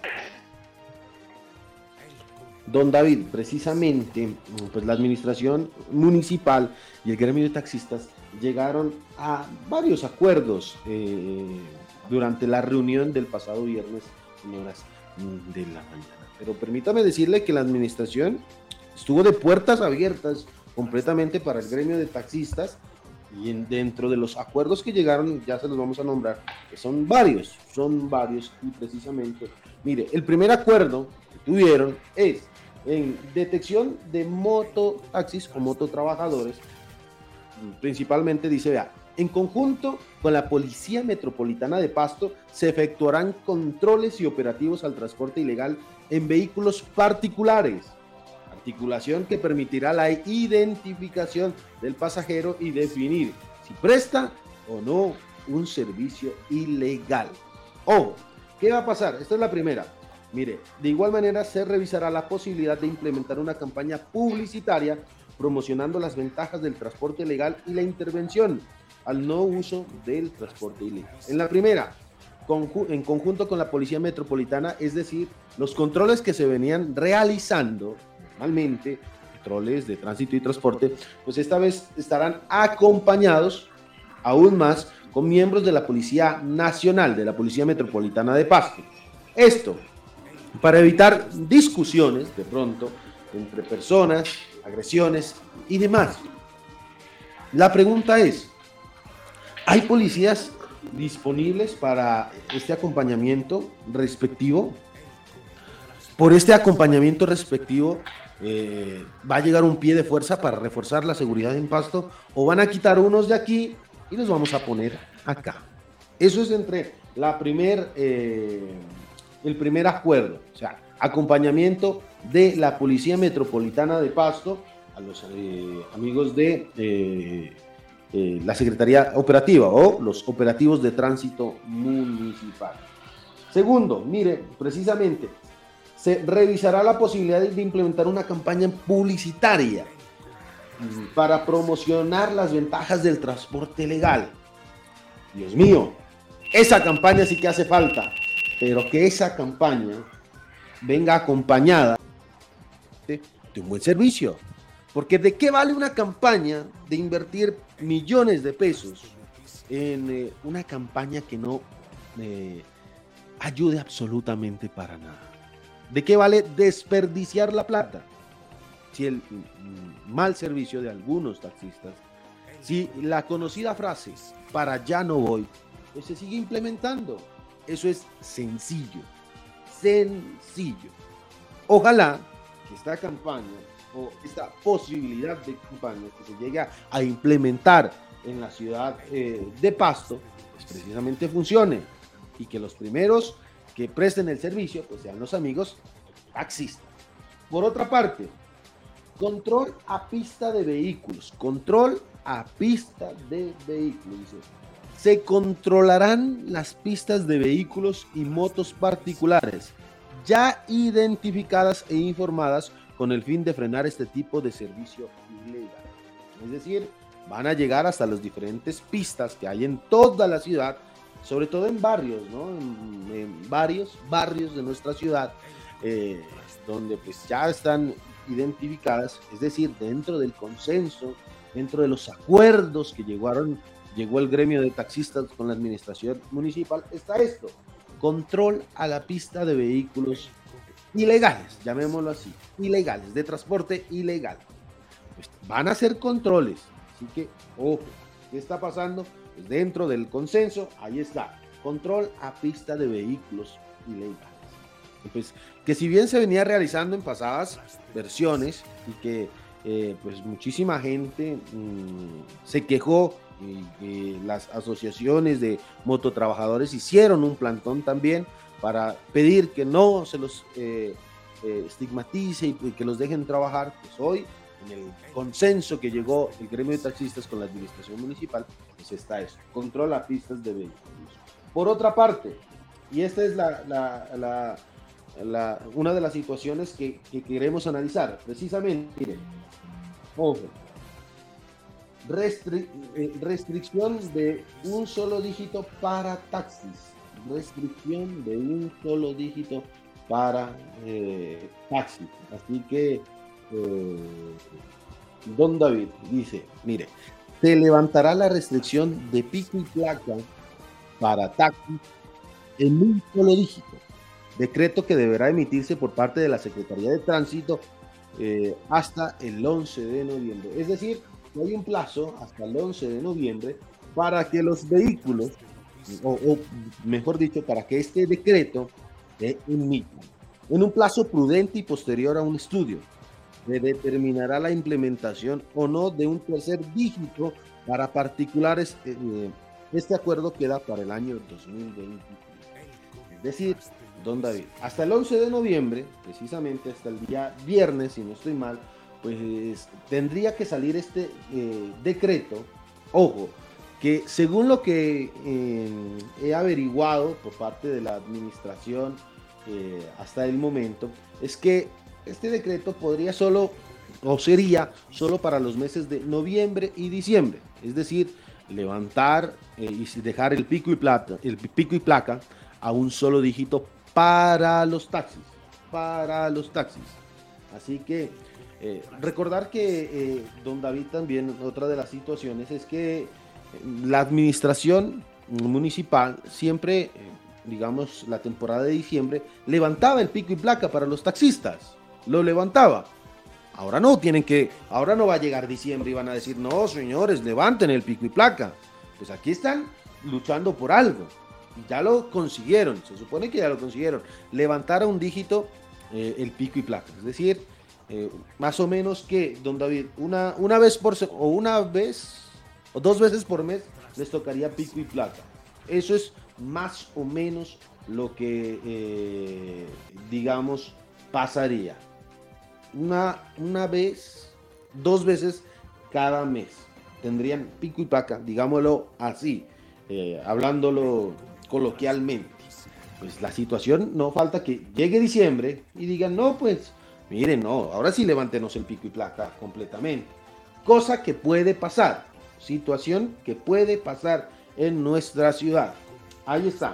Don David, precisamente, pues la administración municipal y el gremio de taxistas llegaron a varios acuerdos eh, durante la reunión del pasado viernes en horas de la mañana. Pero permítame decirle que la administración estuvo de puertas abiertas completamente para el gremio de taxistas, y en, dentro de los acuerdos que llegaron, ya se los vamos a nombrar, que son varios, son varios, y precisamente, mire, el primer acuerdo que tuvieron es en detección de mototaxis o mototrabajadores, principalmente dice, vea, en conjunto con la Policía Metropolitana de Pasto se efectuarán controles y operativos al transporte ilegal en vehículos particulares, articulación que permitirá la identificación del pasajero y definir si presta o no un servicio ilegal. Ojo, ¿qué va a pasar? Esta es la primera. Mire, de igual manera se revisará la posibilidad de implementar una campaña publicitaria promocionando las ventajas del transporte legal y la intervención al no uso del transporte ilegal. En la primera, conju- en conjunto con la Policía Metropolitana, es decir, los controles que se venían realizando normalmente, controles de tránsito y transporte, pues esta vez estarán acompañados aún más con miembros de la Policía Nacional, de la Policía Metropolitana de Pasto. Esto para evitar discusiones de pronto entre personas, agresiones y demás. La pregunta es, ¿hay policías disponibles para este acompañamiento respectivo? Por este acompañamiento respectivo, eh, ¿va a llegar un pie de fuerza para reforzar la seguridad en Pasto? ¿O van a quitar unos de aquí y los vamos a poner acá? Eso es entre la primer, eh, el primer acuerdo, o sea, acompañamiento de la Policía Metropolitana de Pasto a los eh, amigos de eh, eh, la Secretaría Operativa o los operativos de tránsito municipal. Segundo, mire, precisamente, se revisará la posibilidad de implementar una campaña publicitaria para promocionar las ventajas del transporte legal. Dios mío, esa campaña sí que hace falta, pero que esa campaña venga acompañada de, de un buen servicio. Porque ¿de qué vale una campaña de invertir millones de pesos en eh, una campaña que no eh, ayude absolutamente para nada? ¿De qué vale desperdiciar la plata? Si el mm, mal servicio de algunos taxistas, si la conocida frase, para allá no voy, pues se sigue implementando. Eso es sencillo, sencillo. Ojalá que esta campaña o esta posibilidad de campaña que se llegue a implementar en la ciudad eh, de Pasto, pues precisamente funcione y que los primeros que presten el servicio pues sean los amigos taxistas. Por otra parte, control a pista de vehículos, control a pista de vehículos. Dice, se controlarán las pistas de vehículos y motos particulares ya identificadas e informadas con el fin de frenar este tipo de servicio ilegal. Es decir, van a llegar hasta las diferentes pistas que hay en toda la ciudad, sobre todo en barrios, ¿no? En, en varios barrios de nuestra ciudad, eh, donde pues ya están identificadas, es decir, dentro del consenso, dentro de los acuerdos que llegaron, llegó el gremio de taxistas con la administración municipal, está esto, control a la pista de vehículos ilegales, llamémoslo así, ilegales, de transporte ilegal. Pues van a hacer controles, así que, ojo, ¿qué está pasando? Pues dentro del consenso, ahí está, control a pista de vehículos ilegales. Pues, que si bien se venía realizando en pasadas versiones y que eh, pues muchísima gente mmm, se quejó y, y las asociaciones de mototrabajadores hicieron un plantón también para pedir que no se los eh, eh, estigmatice y, y que los dejen trabajar, pues hoy en el consenso que llegó el gremio de taxistas con la administración municipal, pues está eso, control a pistas de vehículos. Por otra parte, y esta es la, la, la, la una de las situaciones que, que queremos analizar, precisamente, miren, ojo, restri eh, restricción de un solo dígito para taxis, restricción de un solo dígito para eh, taxis, así que Eh, don David dice, mire, se levantará la restricción de pico y placa para taxis en un solo dígito, decreto que deberá emitirse por parte de la Secretaría de Tránsito eh, hasta el once de noviembre, es decir, hay un plazo hasta el once de noviembre para que los vehículos, o, o mejor dicho, para que este decreto se emita en un plazo prudente y posterior a un estudio. Se determinará la implementación o no de un tercer dígito para particulares. Eh, este acuerdo queda para el año dos mil veintitrés. Es decir, don David, hasta el once de noviembre, precisamente hasta el día viernes, si no estoy mal, pues tendría que salir este eh, decreto. Ojo, que según lo que eh, he averiguado por parte de la administración eh, hasta el momento, es que este decreto podría solo, o sería solo para los meses de noviembre y diciembre, es decir, levantar eh, y dejar el pico y placa, el pico y placa a un solo dígito para los taxis, para los taxis. Así que eh, recordar que eh, don David también, otra de las situaciones es que la administración municipal siempre, eh, digamos, la temporada de diciembre, levantaba el pico y placa para los taxistas. Lo levantaba. Ahora no, tienen que, ahora no va a llegar diciembre y van a decir, no, señores, levanten el pico y placa. Pues aquí están luchando por algo. Y ya lo consiguieron, se supone que ya lo consiguieron. Levantar a un dígito eh, el pico y placa. Es decir, eh, más o menos que, don David, una, una vez por o una vez o dos veces por mes les tocaría pico y placa. Eso es más o menos lo que, eh, digamos, pasaría. Una, una vez, dos veces cada mes. Tendrían pico y placa, digámoslo así, eh, hablándolo coloquialmente. Pues la situación no falta que llegue diciembre y digan, no, pues, miren, no, ahora sí levántenos el pico y placa completamente. Cosa que puede pasar, situación que puede pasar en nuestra ciudad. Ahí está.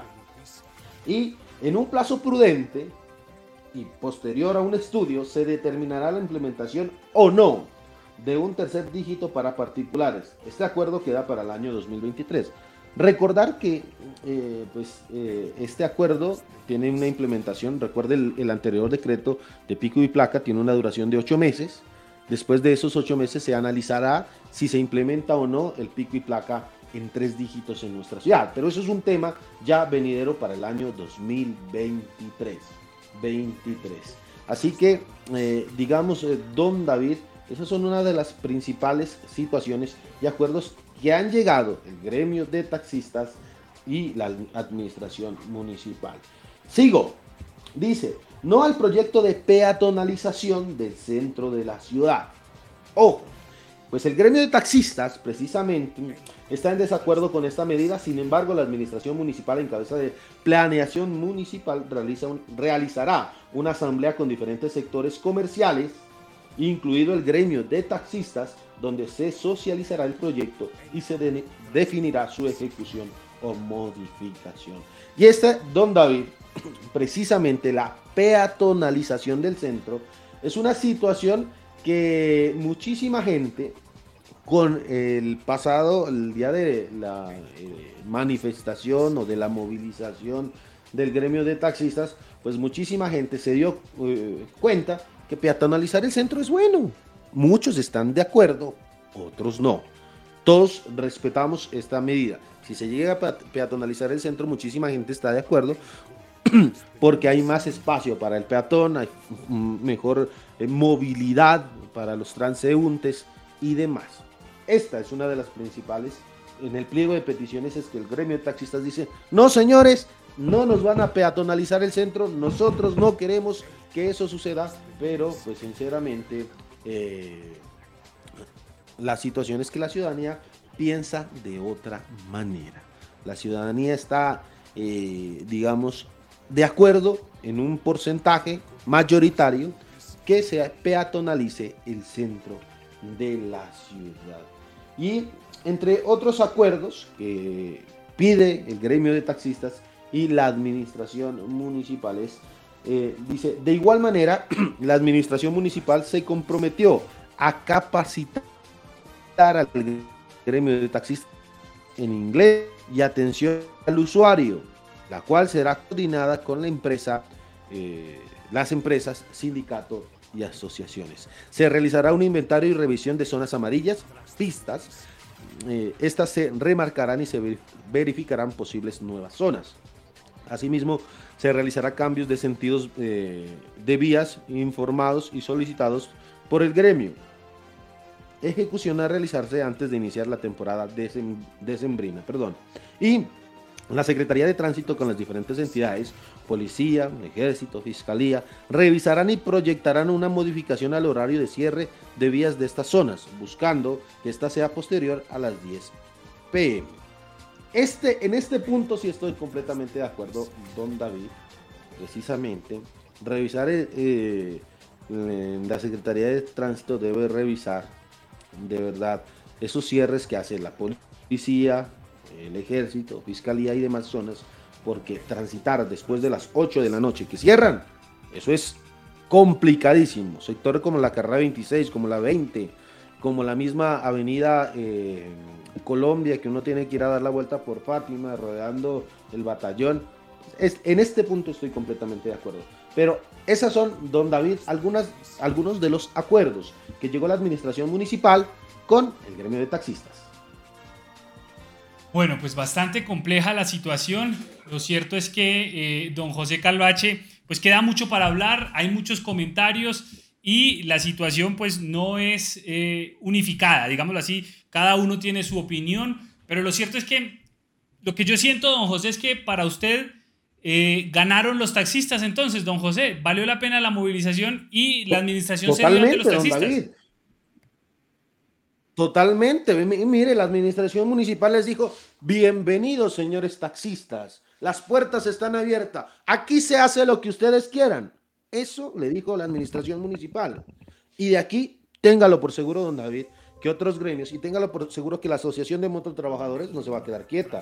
Y en un plazo prudente y posterior a un estudio se determinará la implementación o no de un tercer dígito para particulares. Este acuerdo queda para el año dos mil veintitrés. Recordar que eh, pues, eh, este acuerdo tiene una implementación, recuerde el, el anterior decreto de pico y placa tiene una duración de ocho meses. Después de esos ocho meses se analizará si se implementa o no el pico y placa en tres dígitos en nuestra ciudad. Pero eso es un tema ya venidero para el año dos mil veintitrés. veintitrés. Así que, eh, digamos, eh, don David, esas son una de las principales situaciones y acuerdos que han llegado el gremio de taxistas y la administración municipal. Sigo. Dice, no al proyecto de peatonalización del centro de la ciudad. Ojo, pues el gremio de taxistas precisamente está en desacuerdo con esta medida. Sin embargo, la administración municipal en cabeza de planeación municipal realiza un, realizará una asamblea con diferentes sectores comerciales, incluido el gremio de taxistas, donde se socializará el proyecto y se de, definirá su ejecución o modificación. Y este, don David, precisamente la peatonalización del centro es una situación que muchísima gente, con el pasado, el día de la eh, manifestación o de la movilización del gremio de taxistas, pues muchísima gente se dio eh, cuenta que peatonalizar el centro es bueno. Muchos están de acuerdo, otros no. Todos respetamos esta medida. Si se llega a peatonalizar el centro, muchísima gente está de acuerdo porque hay más espacio para el peatón, hay mejor eh, movilidad para los transeúntes y demás. Esta es una de las principales. En el pliego de peticiones es que el gremio de taxistas dice, no señores, no nos van a peatonalizar el centro, nosotros no queremos que eso suceda, pero pues sinceramente eh, la situación es que la ciudadanía piensa de otra manera. La ciudadanía está, eh, digamos, de acuerdo en un porcentaje mayoritario que se peatonalice el centro de la ciudad. Y entre otros acuerdos que pide el gremio de taxistas y la administración municipal es, eh, dice, de igual manera, la administración municipal se comprometió a capacitar al gremio de taxistas en inglés y atención al usuario, la cual será coordinada con la empresa, eh, las empresas, sindicatos y asociaciones. Se realizará un inventario y revisión de zonas amarillas, pistas. Eh, estas se remarcarán y se verificarán posibles nuevas zonas. Asimismo, se realizará cambios de sentidos eh, de vías informados y solicitados por el gremio. Ejecución a realizarse antes de iniciar la temporada decem decembrina. Perdón. Y la Secretaría de Tránsito con las diferentes entidades, Policía, Ejército, Fiscalía, revisarán y proyectarán una modificación al horario de cierre de vías de estas zonas, buscando que esta sea posterior a las diez pe eme. Este, en este punto sí estoy completamente de acuerdo, don David. Precisamente, revisar, eh, la Secretaría de Tránsito debe revisar de verdad esos cierres que hace la Policía, el Ejército, Fiscalía y demás zonas, porque transitar después de las ocho de la noche que cierran, eso es complicadísimo. Sectores como la carrera veintiséis, como la veinte, como la misma avenida eh, Colombia, que uno tiene que ir a dar la vuelta por Fátima, rodeando el batallón. Es, en este punto estoy completamente de acuerdo. Pero esas son, don David, algunas, algunos de los acuerdos que llegó la administración municipal con el gremio de taxistas. Bueno, pues bastante compleja la situación. Lo cierto es que eh, don José Calvache, pues queda mucho para hablar, hay muchos comentarios y la situación pues no es eh, unificada, digámoslo así, cada uno tiene su opinión, pero lo cierto es que lo que yo siento, don José, es que para usted eh, ganaron los taxistas entonces, don José. Valió la pena la movilización y la administración se dio ante los taxistas. Don David. Totalmente. Mire, la administración municipal les dijo, bienvenidos, señores taxistas. Las puertas están abiertas. Aquí se hace lo que ustedes quieran. Eso le dijo la administración municipal. Y de aquí, téngalo por seguro, don David, que otros gremios, y téngalo por seguro que la Asociación de Mototrabajadores no se va a quedar quieta.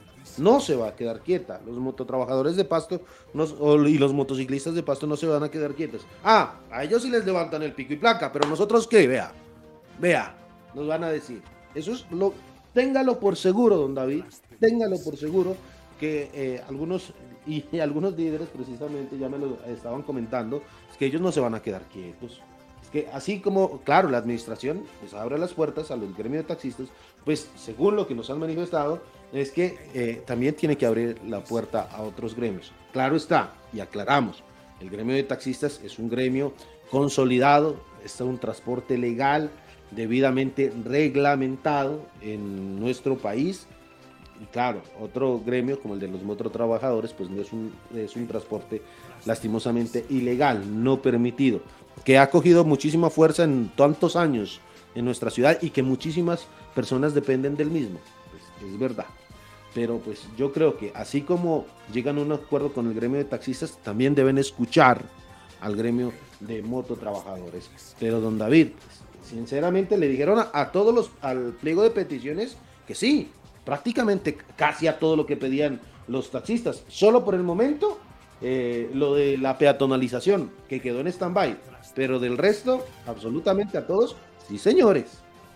No se va a quedar quieta. Los mototrabajadores de Pasto no, y los motociclistas de Pasto no se van a quedar quietos. Ah, a ellos sí les levantan el pico y placa, pero nosotros ¿qué? Vea, vea, nos van a decir. Eso es lo, téngalo por seguro, don David, téngalo por seguro que eh, algunos y, y algunos líderes precisamente ya me lo estaban comentando, es que ellos no se van a quedar quietos. Es que así como, claro, la administración pues abre las puertas a los gremios de taxistas, pues según lo que nos han manifestado, es que eh, también tiene que abrir la puerta a otros gremios. Claro está, y aclaramos, el gremio de taxistas es un gremio consolidado, es un transporte legal, debidamente reglamentado en nuestro país. Y claro, otro gremio como el de los mototrabajadores, pues no es un, es un transporte lastimosamente ilegal, no permitido, que ha cogido muchísima fuerza en tantos años en nuestra ciudad y que muchísimas personas dependen del mismo, pues es verdad. Pero pues yo creo que así como llegan a un acuerdo con el gremio de taxistas, también deben escuchar al gremio de mototrabajadores. Pero don David, pues, sinceramente le dijeron a, a todos los, al pliego de peticiones que sí, prácticamente casi a todo lo que pedían los taxistas. Solo por el momento, eh, lo de la peatonalización, que quedó en stand-by. Pero del resto, absolutamente a todos, sí señores.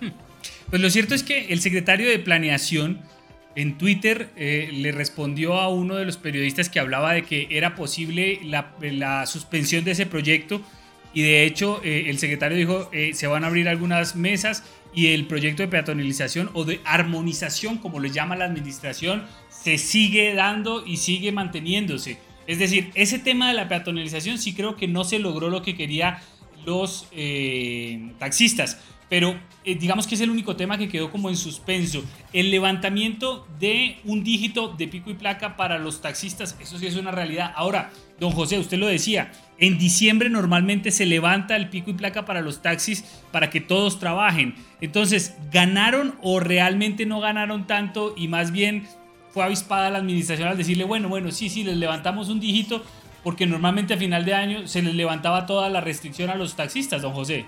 Pues lo cierto es que el secretario de Planeación en Twitter eh, le respondió a uno de los periodistas que hablaba de que era posible la, la suspensión de ese proyecto. Y de hecho, eh, el secretario dijo, eh, se van a abrir algunas mesas y el proyecto de peatonalización o de armonización, como le llama la administración, se sigue dando y sigue manteniéndose. Es decir, ese tema de la peatonalización sí creo que no se logró lo que querían los eh, taxistas, pero eh, digamos que es el único tema que quedó como en suspenso. El levantamiento de un dígito de pico y placa para los taxistas, eso sí es una realidad. Ahora, don José, usted lo decía, en diciembre normalmente se levanta el pico y placa para los taxis para que todos trabajen. Entonces, ¿ganaron o realmente no ganaron tanto y más bien fue avispada la administración al decirle, bueno, bueno, sí, sí, les levantamos un dígito porque normalmente a final de año se les levantaba toda la restricción a los taxistas, don José?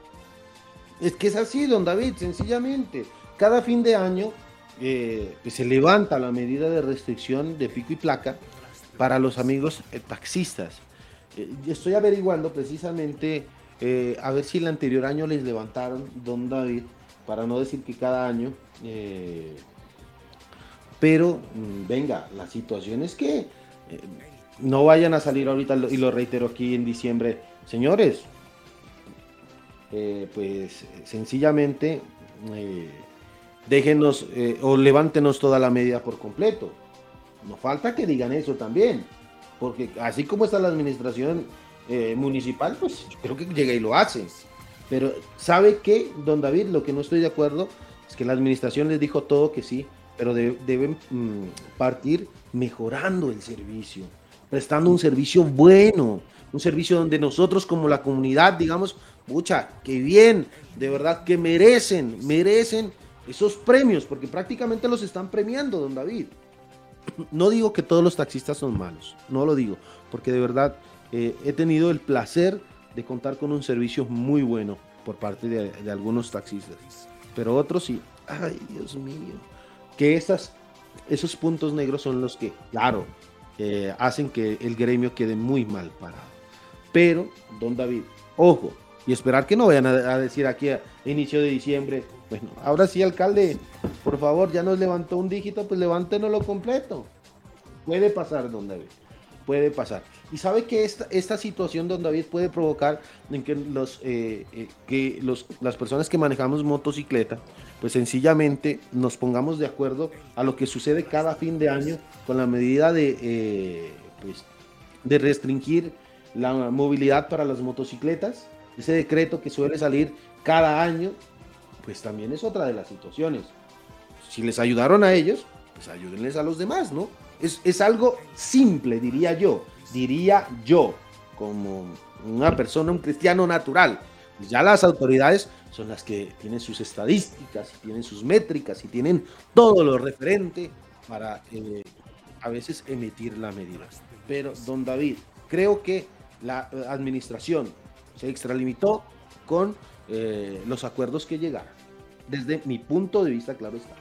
Es que es así, don David, sencillamente. Cada fin de año eh, pues se levanta la medida de restricción de pico y placa para los amigos eh, taxistas. Eh, estoy averiguando precisamente eh, a ver si el anterior año les levantaron, don David, para no decir que cada año. Eh, pero, mmm, venga, la situación es que eh, no vayan a salir ahorita, y lo reitero aquí en diciembre, señores. Eh, pues sencillamente eh, déjenos eh, o levántenos toda la medida por completo. No falta que digan eso también, porque así como está la administración eh, municipal, pues yo creo que llega y lo hace. Pero ¿sabe qué, don David? Lo que no estoy de acuerdo es que la administración les dijo todo que sí, pero de, deben mmm, partir mejorando el servicio, prestando un servicio bueno, un servicio donde nosotros como la comunidad digamos, pucha, qué bien, de verdad que merecen, merecen esos premios, porque prácticamente los están premiando, don David. No digo que todos los taxistas son malos, no lo digo, porque de verdad eh, he tenido el placer de contar con un servicio muy bueno por parte de, de algunos taxistas, pero otros sí, ay Dios mío, que estas, esos puntos negros son los que, claro, eh, hacen que el gremio quede muy mal parado. Pero, don David, ojo, y esperar que no vayan a, a decir aquí a inicio de diciembre, bueno, ahora sí, alcalde, por favor, ya nos levantó un dígito, pues levántenoslo completo. Puede pasar, don David, puede pasar. Y sabe que esta, esta situación, don David, puede provocar en que, los, eh, eh, que los, las personas que manejamos motocicleta, pues sencillamente nos pongamos de acuerdo a lo que sucede cada fin de año con la medida de, eh, pues, de restringir la movilidad para las motocicletas. Ese decreto que suele salir cada año, pues también es otra de las situaciones. Si les ayudaron a ellos, pues ayúdenles a los demás, ¿no? Es, es algo simple, diría yo, diría yo, como una persona, un cristiano natural. Pues ya las autoridades son las que tienen sus estadísticas, y tienen sus métricas y tienen todo lo referente para eh, a veces emitir la medida. Pero, don David, creo que la administración se extralimitó con eh, los acuerdos que llegaron. Desde mi punto de vista, claro está.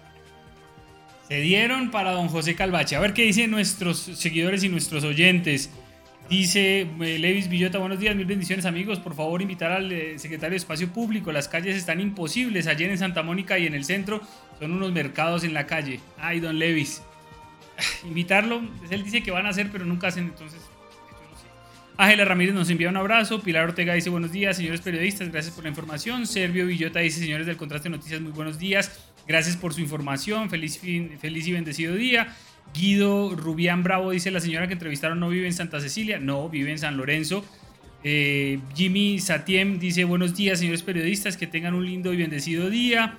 Se dieron para don José Calvache. A ver qué dicen nuestros seguidores y nuestros oyentes. Dice eh, Levis Villota, buenos días, mil bendiciones amigos, por favor invitar al eh, secretario de Espacio Público, las calles están imposibles, ayer en Santa Mónica y en el centro son unos mercados en la calle. Ay, don Levis, invitarlo, él dice que van a hacer pero nunca hacen, entonces yo no sé. Ángela Ramírez nos envía un abrazo, Pilar Ortega dice buenos días señores periodistas, gracias por la información. Servio Villota dice señores del Contraste Noticias, muy buenos días, gracias por su información, feliz, fin, feliz y bendecido día. Guido Rubián Bravo dice la señora que entrevistaron no vive en Santa Cecilia, no, vive en San Lorenzo. eh, Jimmy Satiem dice buenos días señores periodistas, que tengan un lindo y bendecido día.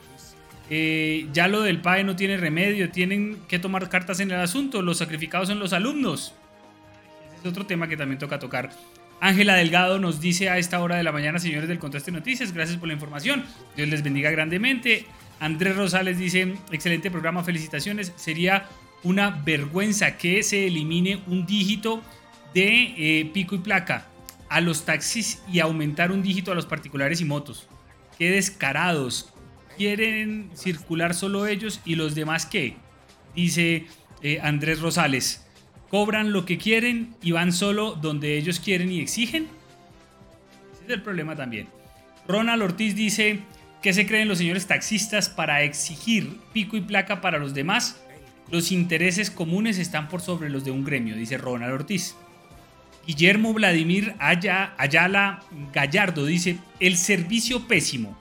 eh, ya lo del P A E no tiene remedio, tienen que tomar cartas en el asunto, los sacrificados son los alumnos. Ese es otro tema que también toca tocar. Ángela Delgado nos dice a esta hora de la mañana señores del Contraste Noticias, gracias por la información, Dios les bendiga grandemente. Andrés Rosales dice excelente programa, felicitaciones, sería una vergüenza que se elimine un dígito de eh, pico y placa a los taxis y aumentar un dígito a los particulares y motos. Qué descarados. Quieren circular solo ellos y los demás qué, dice eh, Andrés Rosales. Cobran lo que quieren y van solo donde ellos quieren y exigen. Ese es el problema también. Ronald Ortiz dice ¿qué se creen los señores taxistas para exigir pico y placa para los demás? Los intereses comunes están por sobre los de un gremio, dice Ronald Ortiz. Guillermo Vladimir Ayala Gallardo dice, el servicio pésimo.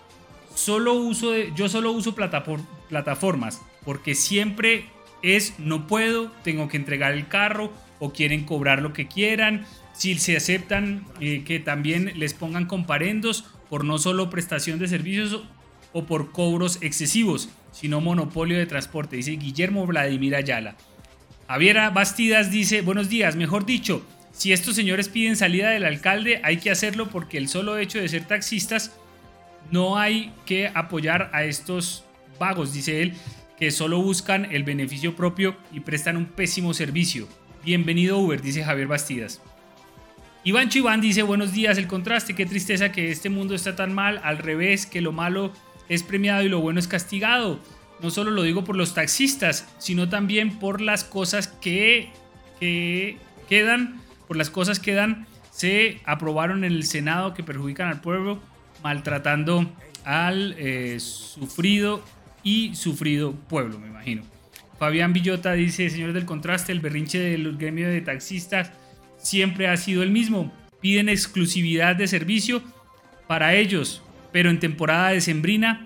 Solo uso de, yo solo uso plataformas porque siempre es no puedo, tengo que entregar el carro o quieren cobrar lo que quieran. Si se aceptan eh, que también les pongan comparendos por no solo prestación de servicios o por cobros excesivos, sino monopolio de transporte, dice Guillermo Vladimir Ayala. Javiera Bastidas dice, buenos días, mejor dicho, si estos señores piden salida del alcalde, hay que hacerlo porque el solo hecho de ser taxistas, no hay que apoyar a estos vagos, dice él, que solo buscan el beneficio propio y prestan un pésimo servicio. Bienvenido Uber, dice Javier Bastidas. Iván Chiván dice, buenos días, el contraste, qué tristeza que este mundo está tan mal, al revés, que lo malo es premiado y lo bueno es castigado. No solo lo digo por los taxistas, sino también por las cosas que, que quedan, por las cosas que dan, se aprobaron en el Senado que perjudican al pueblo, maltratando al eh, sufrido y sufrido pueblo, me imagino. Fabián Villota dice, señores del contraste, el berrinche del gremio de taxistas siempre ha sido el mismo. Piden exclusividad de servicio para ellos, pero en temporada decembrina,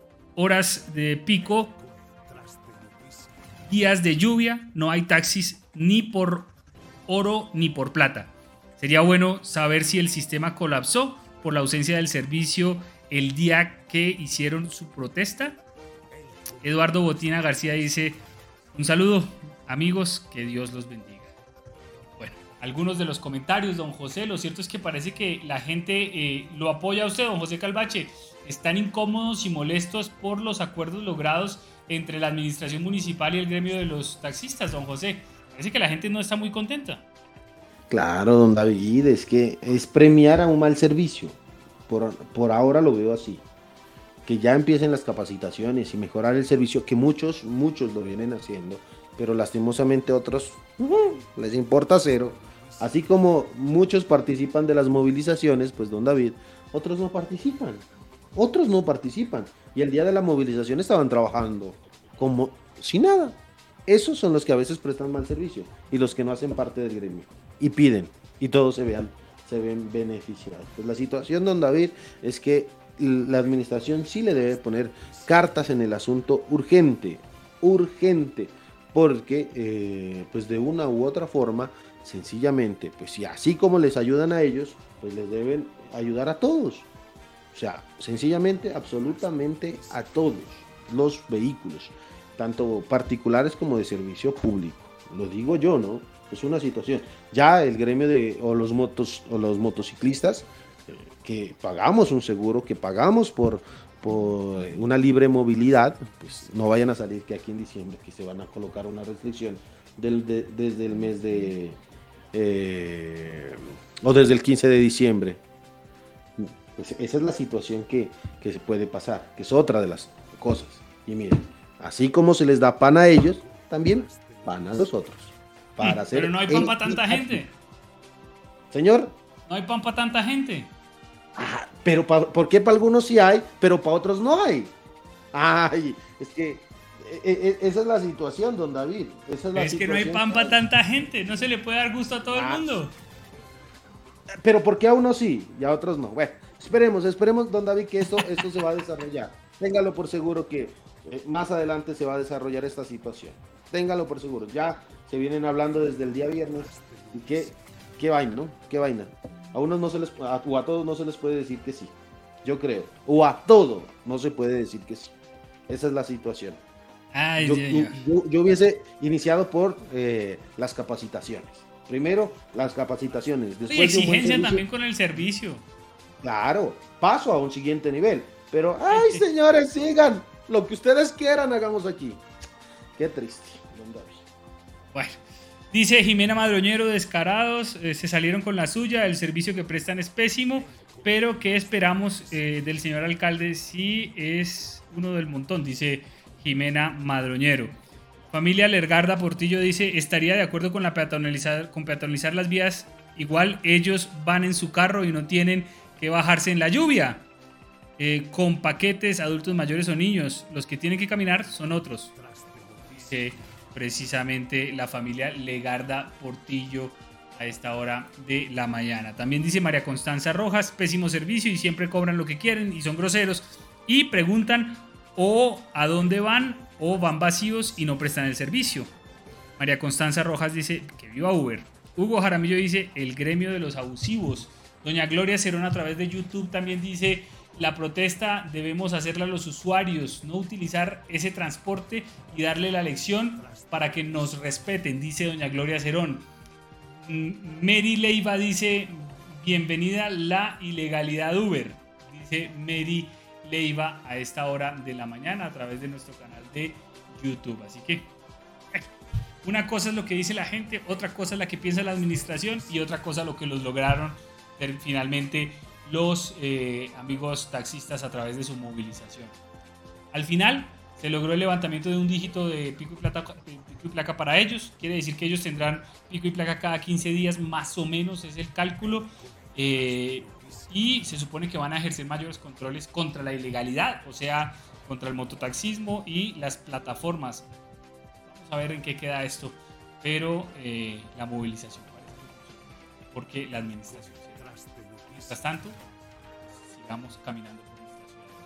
horas de pico, días de lluvia, no hay taxis ni por oro ni por plata. Sería bueno saber si el sistema colapsó por la ausencia del servicio el día que hicieron su protesta. Eduardo Botina García dice, un saludo amigos, que Dios los bendiga. Bueno, algunos de los comentarios, don José, lo cierto es que parece que la gente eh, lo apoya a usted, don José Calvache. Están incómodos y molestos por los acuerdos logrados entre la administración municipal y el gremio de los taxistas, don José. Parece que la gente no está muy contenta. Claro, don David, es que es premiar a un mal servicio. Por, por ahora lo veo así. Que ya empiecen las capacitaciones y mejorar el servicio, que muchos, muchos lo vienen haciendo, pero lastimosamente otros uh, les importa cero. Así como muchos participan de las movilizaciones, pues don David, otros no participan. Otros no participan. Y el día de la movilización estaban trabajando como si nada. Esos son los que a veces prestan mal servicio y los que no hacen parte del gremio. Y piden, y todos se vean, se ven beneficiados. Pues la situación, don David, es que la administración sí le debe poner cartas en el asunto urgente, urgente, porque eh, pues de una u otra forma, sencillamente, pues si así como les ayudan a ellos, pues les deben ayudar a todos. O sea, sencillamente, absolutamente a todos los vehículos. tanto particulares como de servicio público. Lo digo yo, ¿no? Es una situación. Ya el gremio de o los motos o los motociclistas eh, que pagamos un seguro, que pagamos por, por una libre movilidad, pues no vayan a salir que aquí en diciembre que se van a colocar una restricción del, de, desde el mes de eh, o desde el quince de diciembre. Pues esa es la situación que, que se puede pasar, que es otra de las cosas. Y miren, así como se les da pan a ellos, también pan a nosotros. Para hacer Pero no hay pan para tanta gente. Señor. No hay pan para tanta gente. Ah, pero pa, ¿por qué para algunos sí hay, pero para otros no hay? Ay, es que e, e, esa es la situación, don David. Esa es la es que no hay pan para tanta gente. No se le puede dar gusto a todo ah. el mundo. Pero ¿por qué a unos sí y a otros no? Bueno, esperemos, esperemos, don David, que esto, esto se va a desarrollar. Téngalo por seguro que eh, más adelante se va a desarrollar esta situación. Téngalo por seguro. Ya se vienen hablando desde el día viernes. ¿Y qué, qué vaina, no? ¿Qué vaina? A unos no se les, a, o a todos no se les puede decir que sí. Yo creo. O a todo no se puede decir que sí. Esa es la situación. Ay, yo, Dios, yo, yo, yo hubiese iniciado por eh, las capacitaciones. Primero, las capacitaciones. Después y exigencia de un buen servicio, también con el servicio. Claro, paso a un siguiente nivel. Pero, ay, señores, sigan. Lo que ustedes quieran, hagamos aquí. Qué triste, don David. Bueno, dice Jimena Madroñero, descarados, eh, se salieron con la suya, el servicio que prestan es pésimo, pero ¿qué esperamos eh, del señor alcalde si es uno del montón? Dice Jimena Madroñero. Familia Lergarda Portillo dice, estaría de acuerdo con la peatonalizar, con peatonalizar las vías, igual ellos van en su carro y no tienen que bajarse en la lluvia. Eh, con paquetes, adultos mayores o niños, los que tienen que caminar son otros. Dice precisamente la familia Legarda Portillo a esta hora de la mañana. También dice María Constanza Rojas, pésimo servicio y siempre cobran lo que quieren y son groseros y preguntan o a dónde van o van vacíos y no prestan el servicio. María Constanza Rojas dice que viva Uber. Hugo Jaramillo dice el gremio de los abusivos. Doña Gloria Cerón a través de YouTube también dice la protesta debemos hacerla a los usuarios, no utilizar ese transporte y darle la lección para que nos respeten, dice doña Gloria Cerón. Mary Leiva dice bienvenida la ilegalidad Uber, dice Mary Leiva a esta hora de la mañana a través de nuestro canal de YouTube. Así que una cosa es lo que dice la gente, otra cosa es la que piensa la administración y otra cosa lo que los lograron finalmente los eh, amigos taxistas a través de su movilización. Al final se logró el levantamiento de un dígito de pico y, plata, pico y placa para ellos. Quiere decir que ellos tendrán pico y placa cada quince días, más o menos es el cálculo. Eh, y se supone que van a ejercer mayores controles contra la ilegalidad, o sea, contra el mototaxismo y las plataformas. Vamos a ver en qué queda esto, pero eh, la movilización parece porque la administración se mientras tanto, sigamos caminando por nuestra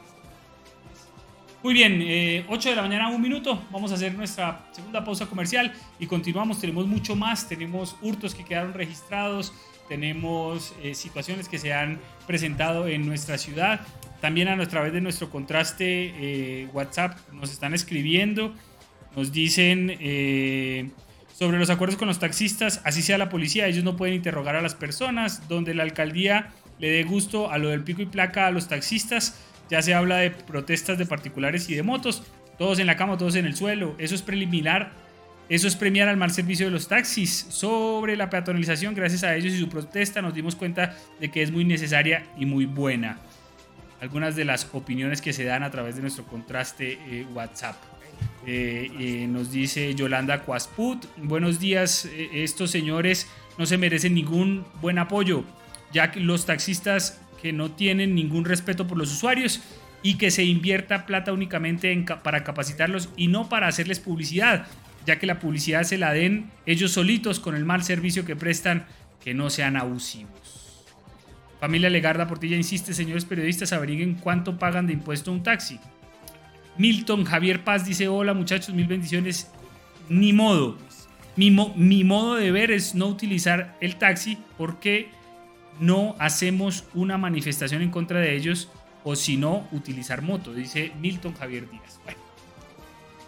ciudad. Muy bien, eh, ocho de la mañana, un minuto. Vamos a hacer nuestra segunda pausa comercial y continuamos. Tenemos mucho más. Tenemos hurtos que quedaron registrados. Tenemos eh, situaciones que se han presentado en nuestra ciudad. También a través de nuestro contraste eh, WhatsApp nos están escribiendo. Nos dicen eh, sobre los acuerdos con los taxistas. Así sea la policía, ellos no pueden interrogar a las personas. Donde la alcaldía le dé gusto a lo del pico y placa a los taxistas. Ya se habla de protestas de particulares y de motos. Todos en la cama, todos en el suelo. Eso es preliminar. Eso es premiar al mal servicio de los taxis. Sobre la peatonalización, gracias a ellos y su protesta, nos dimos cuenta de que es muy necesaria y muy buena. Algunas de las opiniones que se dan a través de nuestro contraste eh, WhatsApp. Eh, eh, nos dice Yolanda Cuasput. Buenos días, eh, estos señores no se merecen ningún buen apoyo, ya que los taxistas que no tienen ningún respeto por los usuarios y que se invierta plata únicamente en, para capacitarlos y no para hacerles publicidad, ya que la publicidad se la den ellos solitos con el mal servicio que prestan, que no sean abusivos. Familia Legarda Portilla insiste, señores periodistas, averigüen cuánto pagan de impuesto a un taxi. Milton Javier Paz dice, hola muchachos, mil bendiciones. Ni modo, mi, mo, mi modo de ver es no utilizar el taxi porque no hacemos una manifestación en contra de ellos, o si no, utilizar moto, dice Milton Javier Díaz. Bueno,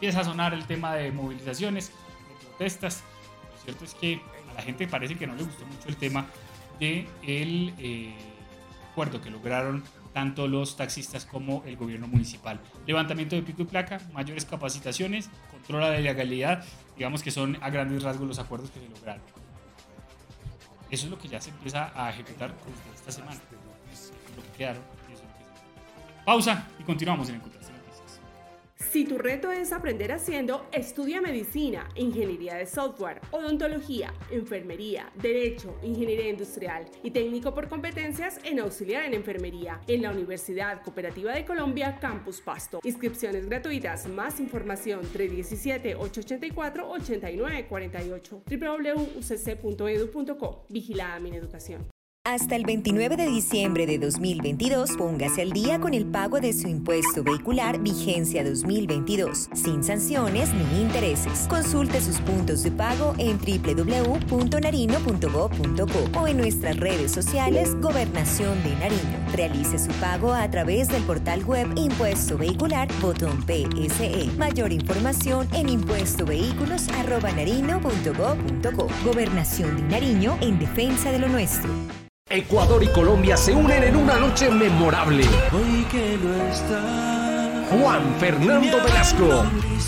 empieza a sonar el tema de movilizaciones, de protestas. Lo cierto es que a la gente parece que no le gustó mucho el tema del de eh, acuerdo que lograron tanto los taxistas como el gobierno municipal. Levantamiento de pico y placa, mayores capacitaciones, control de legalidad, digamos que son a grandes rasgos los acuerdos que se lograron. Eso es lo que ya se empieza a ejecutar desde esta semana. Eso es lo que quedaron. Eso es lo que se... Pausa y continuamos en el Contraste Noticias. Si tu reto es aprender haciendo, estudia medicina, ingeniería de software, odontología, enfermería, derecho, ingeniería industrial y técnico por competencias en auxiliar en enfermería en la Universidad Cooperativa de Colombia, Campus Pasto. Inscripciones gratuitas, más información tres uno siete, ocho ocho cuatro, ocho nueve cuatro ocho, doble u doble u doble u punto u c c punto e d u punto co. Vigilada Mineducación. Hasta el veintinueve de diciembre de dos mil veintidós, póngase al día con el pago de su impuesto vehicular vigencia dos mil veintidós, sin sanciones ni intereses. Consulte sus puntos de pago en doble u doble u doble u punto nariño punto gob punto co o en nuestras redes sociales Gobernación de Nariño. Realice su pago a través del portal web Impuesto Vehicular, botón P S E. Mayor información en impuestovehículos arroba nariño punto gob punto co. Gobernación de Nariño, en defensa de lo nuestro. Ecuador y Colombia se unen en una noche memorable. Hoy que no está Juan Fernando Velasco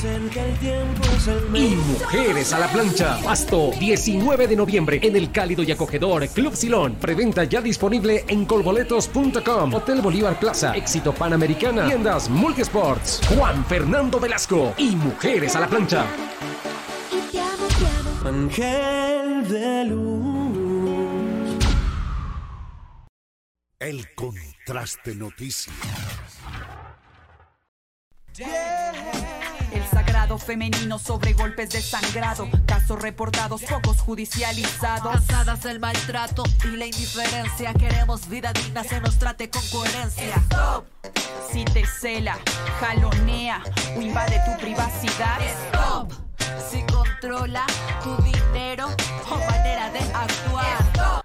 y Mujeres a la Plancha. Pasto, diecinueve de noviembre en el cálido y acogedor Club Silón. Preventa ya disponible en colboletos punto com. Hotel Bolívar Plaza, Éxito Panamericana, tiendas Multisports. Juan Fernando Velasco y Mujeres a la Plancha. Ángel de luz. El Contraste Noticias. El sagrado femenino sobre golpes de sangrado, casos reportados, pocos judicializados. Cansadas del maltrato y la indiferencia, queremos vida digna, se nos trate con coherencia. Stop. Si te cela, jalonea o invade tu privacidad. Stop. Si controla tu dinero o manera de actuar. Stop.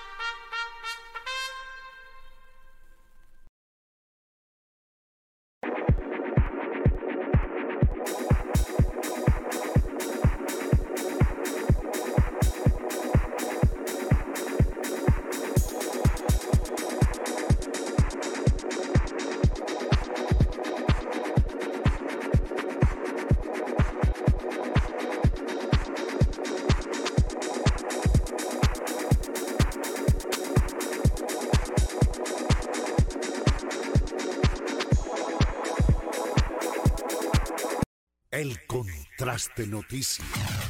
El Contraste Noticias.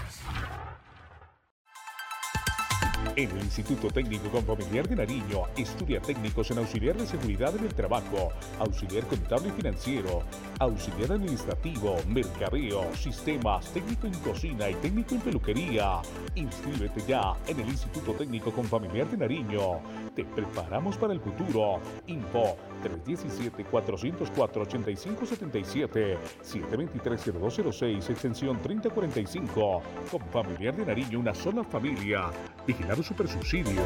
En el Instituto Técnico Confamiliar de Nariño, estudia técnicos en auxiliar de seguridad en el trabajo, auxiliar contable y financiero, auxiliar administrativo, mercadeo, sistemas, técnico en cocina y técnico en peluquería. Inscríbete ya en el Instituto Técnico Confamiliar de Nariño. Te preparamos para el futuro. Info tres uno siete, cuatro cero cuatro, ocho cinco siete siete, siete dos tres, cero dos cero seis, extensión treinta cuarenta y cinco. Confamiliar de Nariño, una sola familia. Vigilado Supersubsidio.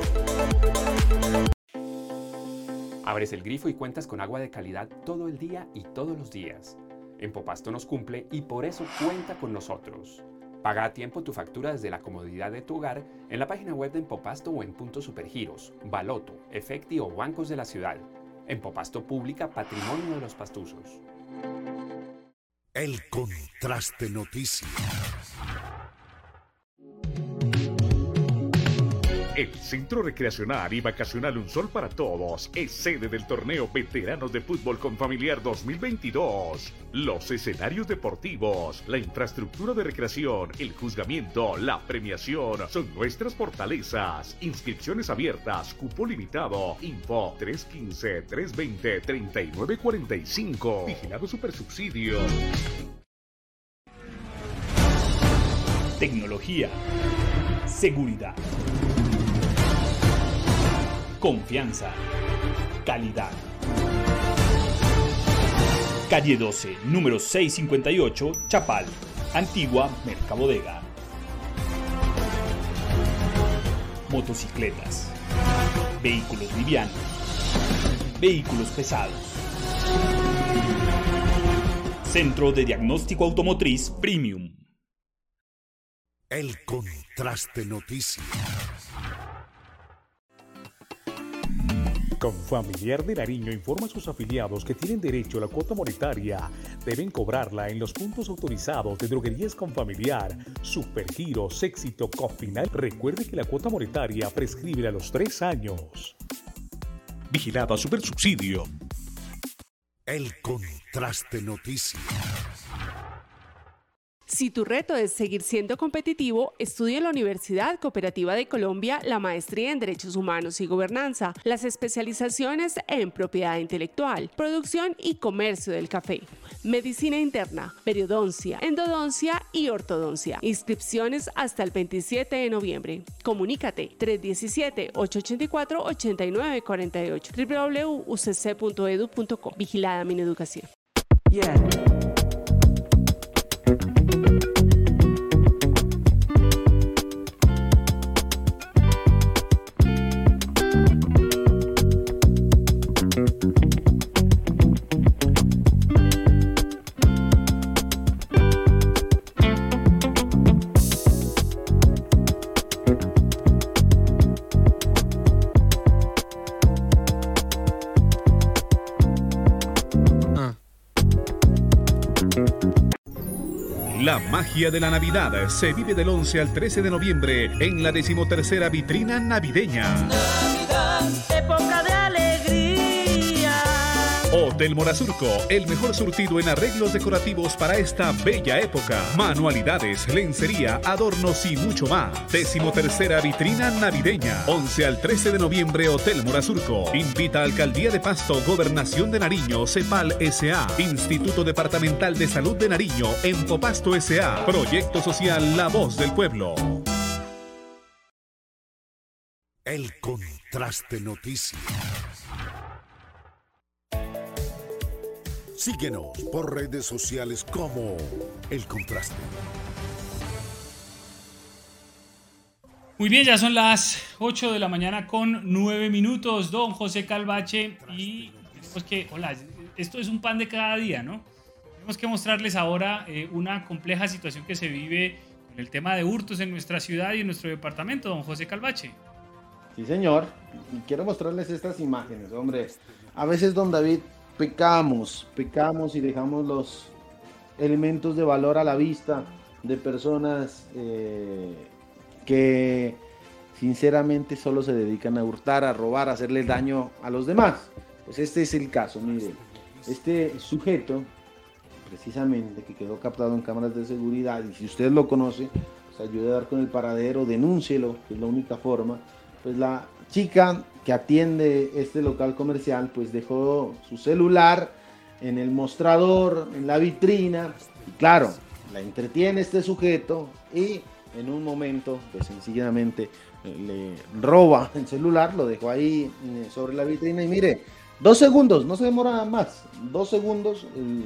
Abres el grifo y cuentas con agua de calidad todo el día y todos los días. Empopasto nos cumple y por eso cuenta con nosotros. Paga a tiempo tu factura desde la comodidad de tu hogar en la página web de Empopasto o en puntos Supergiros, Baloto, Efecti o bancos de la ciudad. Empopasto Pública, patrimonio de los pastuzos. El Contraste Noticias. El Centro Recreacional y Vacacional Un Sol para Todos es sede del torneo Veteranos de Fútbol Confamiliar dos mil veintidós. Los escenarios deportivos, la infraestructura de recreación, el juzgamiento, la premiación son nuestras fortalezas. Inscripciones abiertas, cupo limitado. Info tres uno cinco, tres dos cero, tres nueve cuatro cinco. Vigilado Supersubsidio. Tecnología. Seguridad. Confianza. Calidad. Calle doce, número seiscientos cincuenta y ocho, Chapal, Antigua Mercabodega. Motocicletas. Vehículos livianos. Vehículos pesados. Centro de Diagnóstico Automotriz Premium. El Contraste Noticias. Confamiliar de Nariño informa a sus afiliados que tienen derecho a la cuota monetaria. Deben cobrarla en los puntos autorizados de Droguerías Confamiliar, Supergiros, Éxito, Cofinal. Recuerde que la cuota monetaria prescribe a los tres años. Vigilada Supersubsidio. El Contraste Noticias. Si tu reto es seguir siendo competitivo, estudia en la Universidad Cooperativa de Colombia la maestría en Derechos Humanos y Gobernanza, las especializaciones en propiedad intelectual, producción y comercio del café, medicina interna, periodoncia, endodoncia y ortodoncia. Inscripciones hasta el veintisiete de noviembre. Comunícate tres uno siete, ocho ocho cuatro, ocho nueve cuatro ocho w w w punto u c c punto e d u punto co. Vigilada Mineducación. Yeah. La magia de la Navidad se vive del once al trece de noviembre en la decimotercera vitrina navideña. Navidad, época de alegría. Hotel Morazurco, el mejor surtido en arreglos decorativos para esta bella época. Manualidades, lencería, adornos y mucho más. Decimotercera vitrina navideña. once al trece de noviembre, Hotel Morazurco. Invita a Alcaldía de Pasto, Gobernación de Nariño, CEPAL S A, Instituto Departamental de Salud de Nariño, Empopasto S A, Proyecto Social La Voz del Pueblo. El Contraste Noticias. Síguenos por redes sociales como El Contraste. Muy bien, ya son las ocho de la mañana con nueve minutos, don José Calvache, y tenemos que, hola, esto es un pan de cada día, ¿no? Tenemos que mostrarles ahora eh, una compleja situación que se vive con el tema de hurtos en nuestra ciudad y en nuestro departamento, don José Calvache. Sí, señor, y quiero mostrarles estas imágenes, hombre. A veces, don David, pecamos, pecamos y dejamos los elementos de valor a la vista de personas eh, que sinceramente solo se dedican a hurtar, a robar, a hacerle daño a los demás. Pues este es el caso, mire, este sujeto, precisamente, que quedó captado en cámaras de seguridad, y si usted lo conoce, pues ayude a dar con el paradero, denúncielo, que es la única forma. Pues la chica que atiende este local comercial pues dejó su celular en el mostrador, en la vitrina, y claro, la entretiene este sujeto y en un momento pues sencillamente le roba el celular, lo dejó ahí sobre la vitrina y mire, dos segundos, no se demora más, dos segundos el,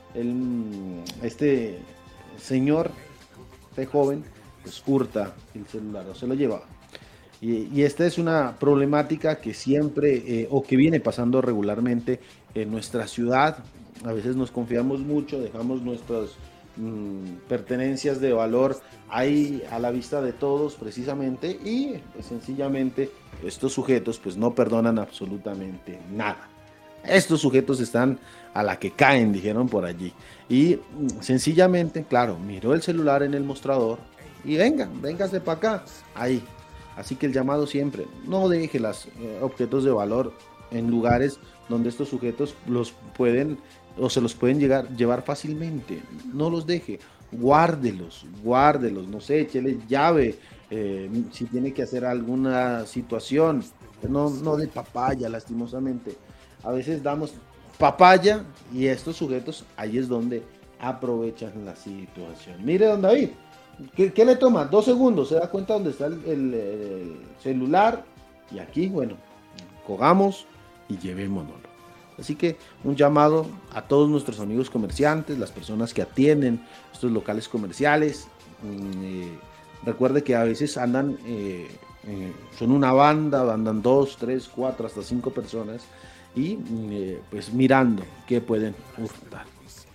el, este señor, este joven pues hurta el celular o se lo lleva. Y, y esta es una problemática que siempre eh, o que viene pasando regularmente en nuestra ciudad. A veces nos confiamos mucho, dejamos nuestras mmm, pertenencias de valor ahí a la vista de todos precisamente y pues, sencillamente estos sujetos pues no perdonan absolutamente nada. Estos sujetos están a la que caen, dijeron por allí. Y mmm, sencillamente, claro, miró el celular en el mostrador y venga, véngase para acá, ahí. Así que el llamado siempre, no deje los eh, objetos de valor en lugares donde estos sujetos los pueden o se los pueden llegar, llevar fácilmente. No los deje, guárdelos, guárdelos, no sé, échele llave, eh, si tiene que hacer alguna situación, no, no de papaya, lastimosamente. A veces damos papaya y estos sujetos ahí es donde aprovechan la situación. Mire, don David. ¿Qué, ¿Qué le toma? Dos segundos, se da cuenta dónde está el, el, el celular y aquí, bueno, cogamos y llevémonos. Así que un llamado a todos nuestros amigos comerciantes, las personas que atienden estos locales comerciales. Eh, recuerde que a veces andan, eh, eh, son una banda, andan dos, tres, cuatro, hasta cinco personas y eh, pues mirando qué pueden hurtar.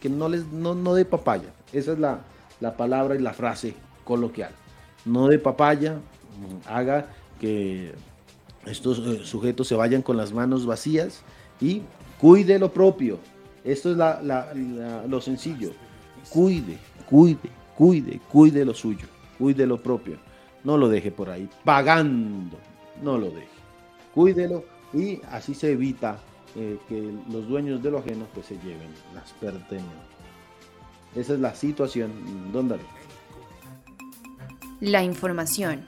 que no les no, no dé papaya. Esa es la, la palabra y la frase coloquial. No dé papaya, haga que estos eh, sujetos se vayan con las manos vacías y cuide lo propio. Esto es la, la, la, lo sencillo. Cuide, cuide, cuide, cuide lo suyo, cuide lo propio. No lo deje por ahí pagando, no lo deje. Cuídelo y así se evita eh, que los dueños de lo ajeno pues se lleven las pertenencias. Esa es la situación, don David. La información.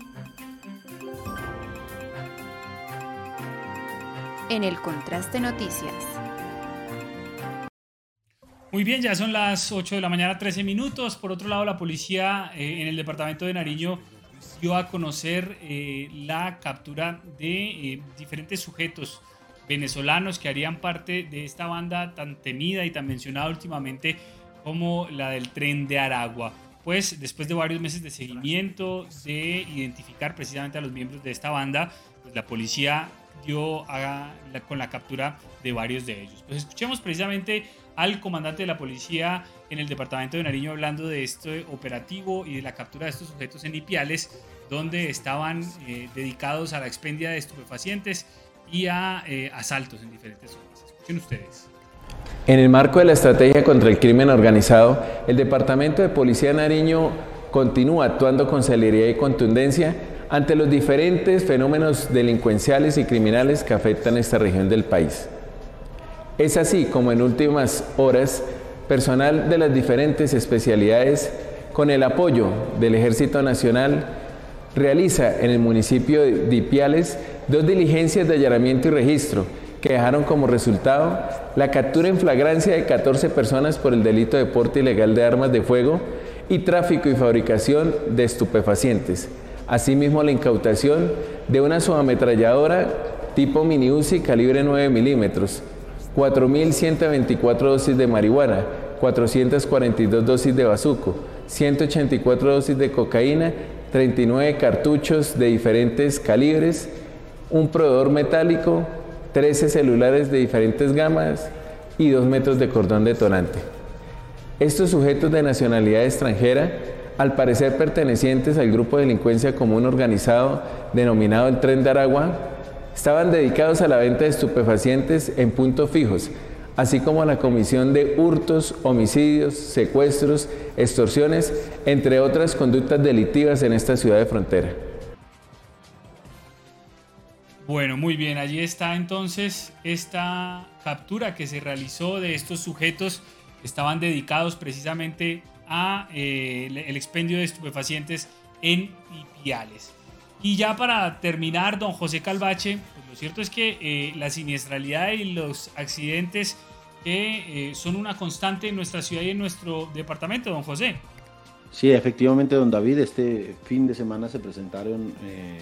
En el Contraste Noticias. Muy bien, ya son las ocho de la mañana, trece minutos. Por otro lado, la policía eh, en el departamento de Nariño dio a conocer eh, la captura de eh, diferentes sujetos venezolanos que harían parte de esta banda tan temida y tan mencionada últimamente como la del Tren de Aragua. Pues después de varios meses de seguimiento, de identificar precisamente a los miembros de esta banda, pues la policía dio a la, con la captura de varios de ellos. Pues escuchemos precisamente al comandante de la policía en el departamento de Nariño hablando de este operativo y de la captura de estos sujetos en Ipiales, donde estaban eh, dedicados a la expendia de estupefacientes y a eh, asaltos en diferentes zonas. Escuchen ustedes. En el marco de la estrategia contra el crimen organizado, el Departamento de Policía de Nariño continúa actuando con celeridad y contundencia ante los diferentes fenómenos delincuenciales y criminales que afectan esta región del país. Es así como en últimas horas, personal de las diferentes especialidades, con el apoyo del Ejército Nacional, realiza en el municipio de Ipiales dos diligencias de allanamiento y registro que dejaron como resultado la captura en flagrancia de catorce personas por el delito de porte ilegal de armas de fuego y tráfico y fabricación de estupefacientes. Asimismo, la incautación de una subametralladora tipo mini Uzi calibre nueve milímetros, cuatro mil ciento veinticuatro dosis de marihuana, cuatrocientas cuarenta y dos dosis de bazuco, ciento ochenta y cuatro dosis de cocaína, treinta y nueve cartuchos de diferentes calibres, un proveedor metálico, trece celulares de diferentes gamas y dos metros de cordón detonante. Estos sujetos de nacionalidad extranjera, al parecer pertenecientes al grupo de delincuencia común organizado denominado el Tren de Aragua, estaban dedicados a la venta de estupefacientes en puntos fijos, así como a la comisión de hurtos, homicidios, secuestros, extorsiones, entre otras conductas delictivas en esta ciudad de frontera. Bueno, muy bien, allí está entonces esta captura que se realizó de estos sujetos que estaban dedicados precisamente a eh, el expendio de estupefacientes en Ipiales. Y ya para terminar, don José Calvache, pues lo cierto es que eh, la siniestralidad y los accidentes que eh, son una constante en nuestra ciudad y en nuestro departamento, don José. Sí, efectivamente, don David, este fin de semana se presentaron eh,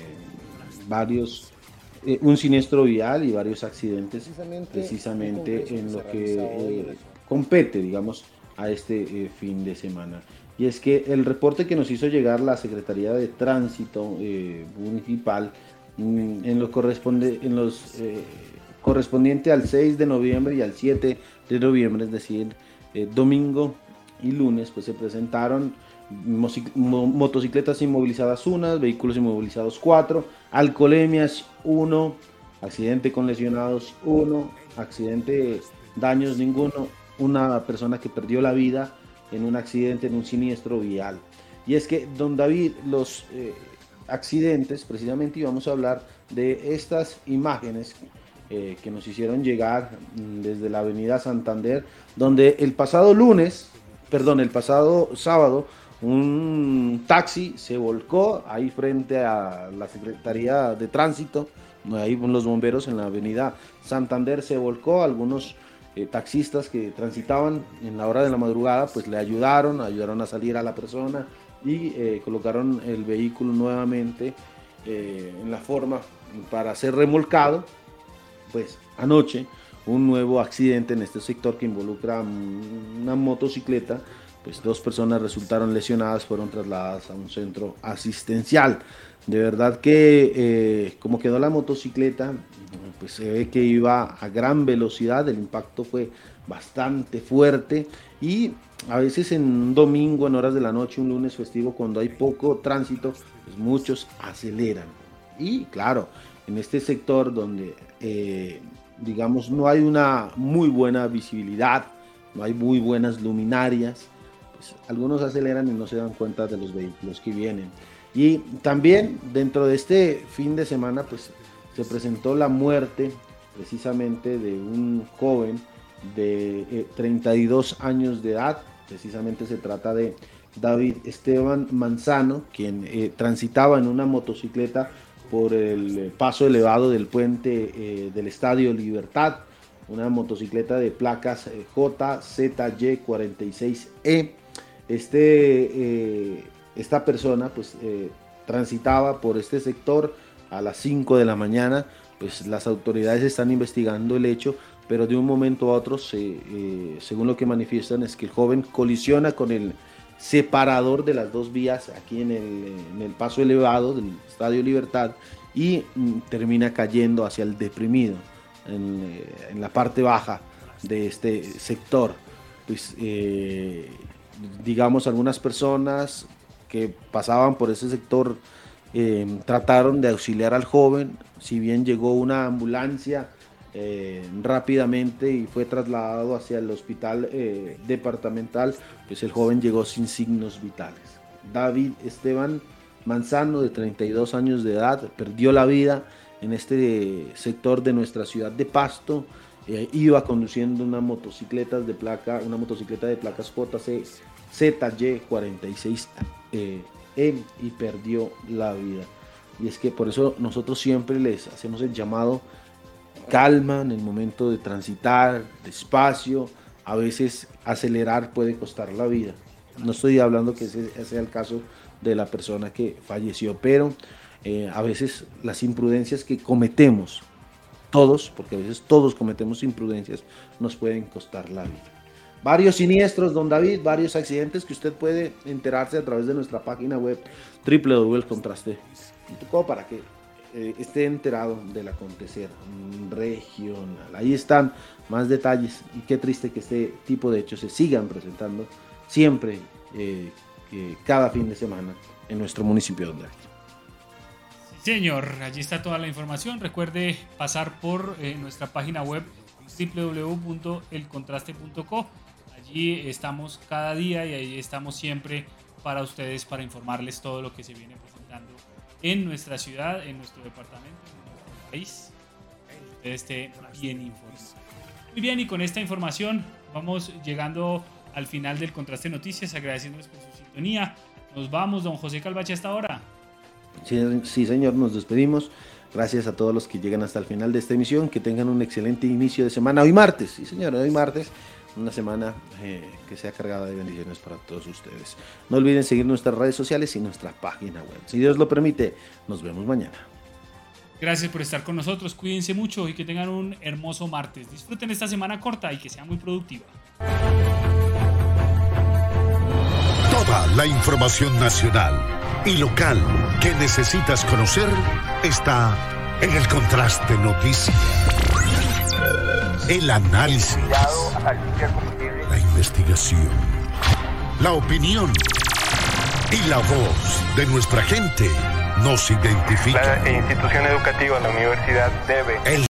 varios, eh, un siniestro vial y varios accidentes precisamente, precisamente en lo que eh, compete, digamos, a este eh, fin de semana. Y es que el reporte que nos hizo llegar la Secretaría de Tránsito eh, Municipal mm, en lo corresponde, en los eh, correspondiente al seis de noviembre y al siete de noviembre, es decir, eh, domingo y lunes, pues se presentaron motocicletas inmovilizadas unas, vehículos inmovilizados cuatro, alcoholemias uno, accidente con lesionados uno, accidente daños ninguno, una persona que perdió la vida en un accidente, en un siniestro vial. Y es que, don David, los eh, accidentes, precisamente íbamos a hablar de estas imágenes eh, que nos hicieron llegar desde la avenida Santander, donde el pasado lunes, perdón, el pasado sábado, un taxi se volcó ahí frente a la Secretaría de Tránsito, ahí los bomberos en la avenida Santander se volcó, algunos Eh, taxistas que transitaban en la hora de la madrugada pues le ayudaron, ayudaron a salir a la persona y eh, colocaron el vehículo nuevamente eh, en la forma para ser remolcado. Pues anoche un nuevo accidente en este sector que involucra una motocicleta, pues dos personas resultaron lesionadas, fueron trasladadas a un centro asistencial. De verdad que eh, como quedó la motocicleta, pues se ve que iba a gran velocidad, el impacto fue bastante fuerte, y a veces en un domingo, en horas de la noche, un lunes festivo, cuando hay poco tránsito, pues muchos aceleran. Y claro, en este sector donde eh, digamos no hay una muy buena visibilidad, no hay muy buenas luminarias, pues algunos aceleran y no se dan cuenta de los vehículos que vienen. Y también dentro de este fin de semana pues se presentó la muerte precisamente de un joven de eh, treinta y dos años de edad. Precisamente se trata de David Esteban Manzano, quien eh, transitaba en una motocicleta por el paso elevado del puente eh, del Estadio Libertad, una motocicleta de placas eh, J Z Y cuarenta y seis E. Este, eh, esta persona pues eh, transitaba por este sector a las cinco de la mañana. Pues las autoridades están investigando el hecho, pero de un momento a otro, se, eh, según lo que manifiestan, es que el joven colisiona con el separador de las dos vías aquí en el, en el paso elevado del Estadio Libertad y mm, termina cayendo hacia el deprimido, en, eh, en la parte baja de este sector. Pues eh, digamos, algunas personas que pasaban por ese sector eh, trataron de auxiliar al joven. Si bien llegó una ambulancia eh, rápidamente y fue trasladado hacia el hospital eh, departamental, pues el joven llegó sin signos vitales. David Esteban Manzano, de treinta y dos años de edad, perdió la vida en este sector de nuestra ciudad de Pasto. Eh, iba conduciendo una motocicleta de placa, una motocicleta de placas J Z Y cuarenta y seis E y perdió la vida. Y es que por eso nosotros siempre les hacemos el llamado: calma en el momento de transitar, despacio. A veces acelerar puede costar la vida. No estoy hablando que ese sea el caso de la persona que falleció, pero eh, a veces las imprudencias que cometemos, todos, porque a veces todos cometemos imprudencias, nos pueden costar la vida. Varios siniestros, don David, varios accidentes que usted puede enterarse a través de nuestra página web doble u doble u doble u punto el contraste punto com para que eh, esté enterado del acontecer regional. Ahí están más detalles, y qué triste que este tipo de hechos se sigan presentando siempre, eh, eh, cada fin de semana en nuestro municipio de David. Sí, señor, allí está toda la información. Recuerde pasar por eh, nuestra página web doble u doble u doble u punto el contraste punto co. Allí estamos cada día y ahí estamos siempre para ustedes, para informarles todo lo que se viene presentando en nuestra ciudad, en nuestro departamento, en nuestro país. Que usted esté bien informado. Muy bien, y con esta información vamos llegando al final del Contraste Noticias, agradeciéndoles por su sintonía. Nos vamos, don José Calvache, hasta ahora. Sí, sí, señor, nos despedimos. Gracias a todos los que llegan hasta el final de esta emisión. Que tengan un excelente inicio de semana. Hoy martes, sí señor, hoy martes. Una semana eh, que sea cargada de bendiciones para todos ustedes. No olviden seguir nuestras redes sociales y nuestra página web. Si Dios lo permite, nos vemos mañana. Gracias por estar con nosotros. Cuídense mucho y que tengan un hermoso martes. Disfruten esta semana corta y que sea muy productiva. Toda la información nacional y local que necesitas conocer está en el Contraste Noticias. El análisis, la investigación, la opinión y la voz de nuestra gente nos identifica. La institución educativa, la universidad, debe... El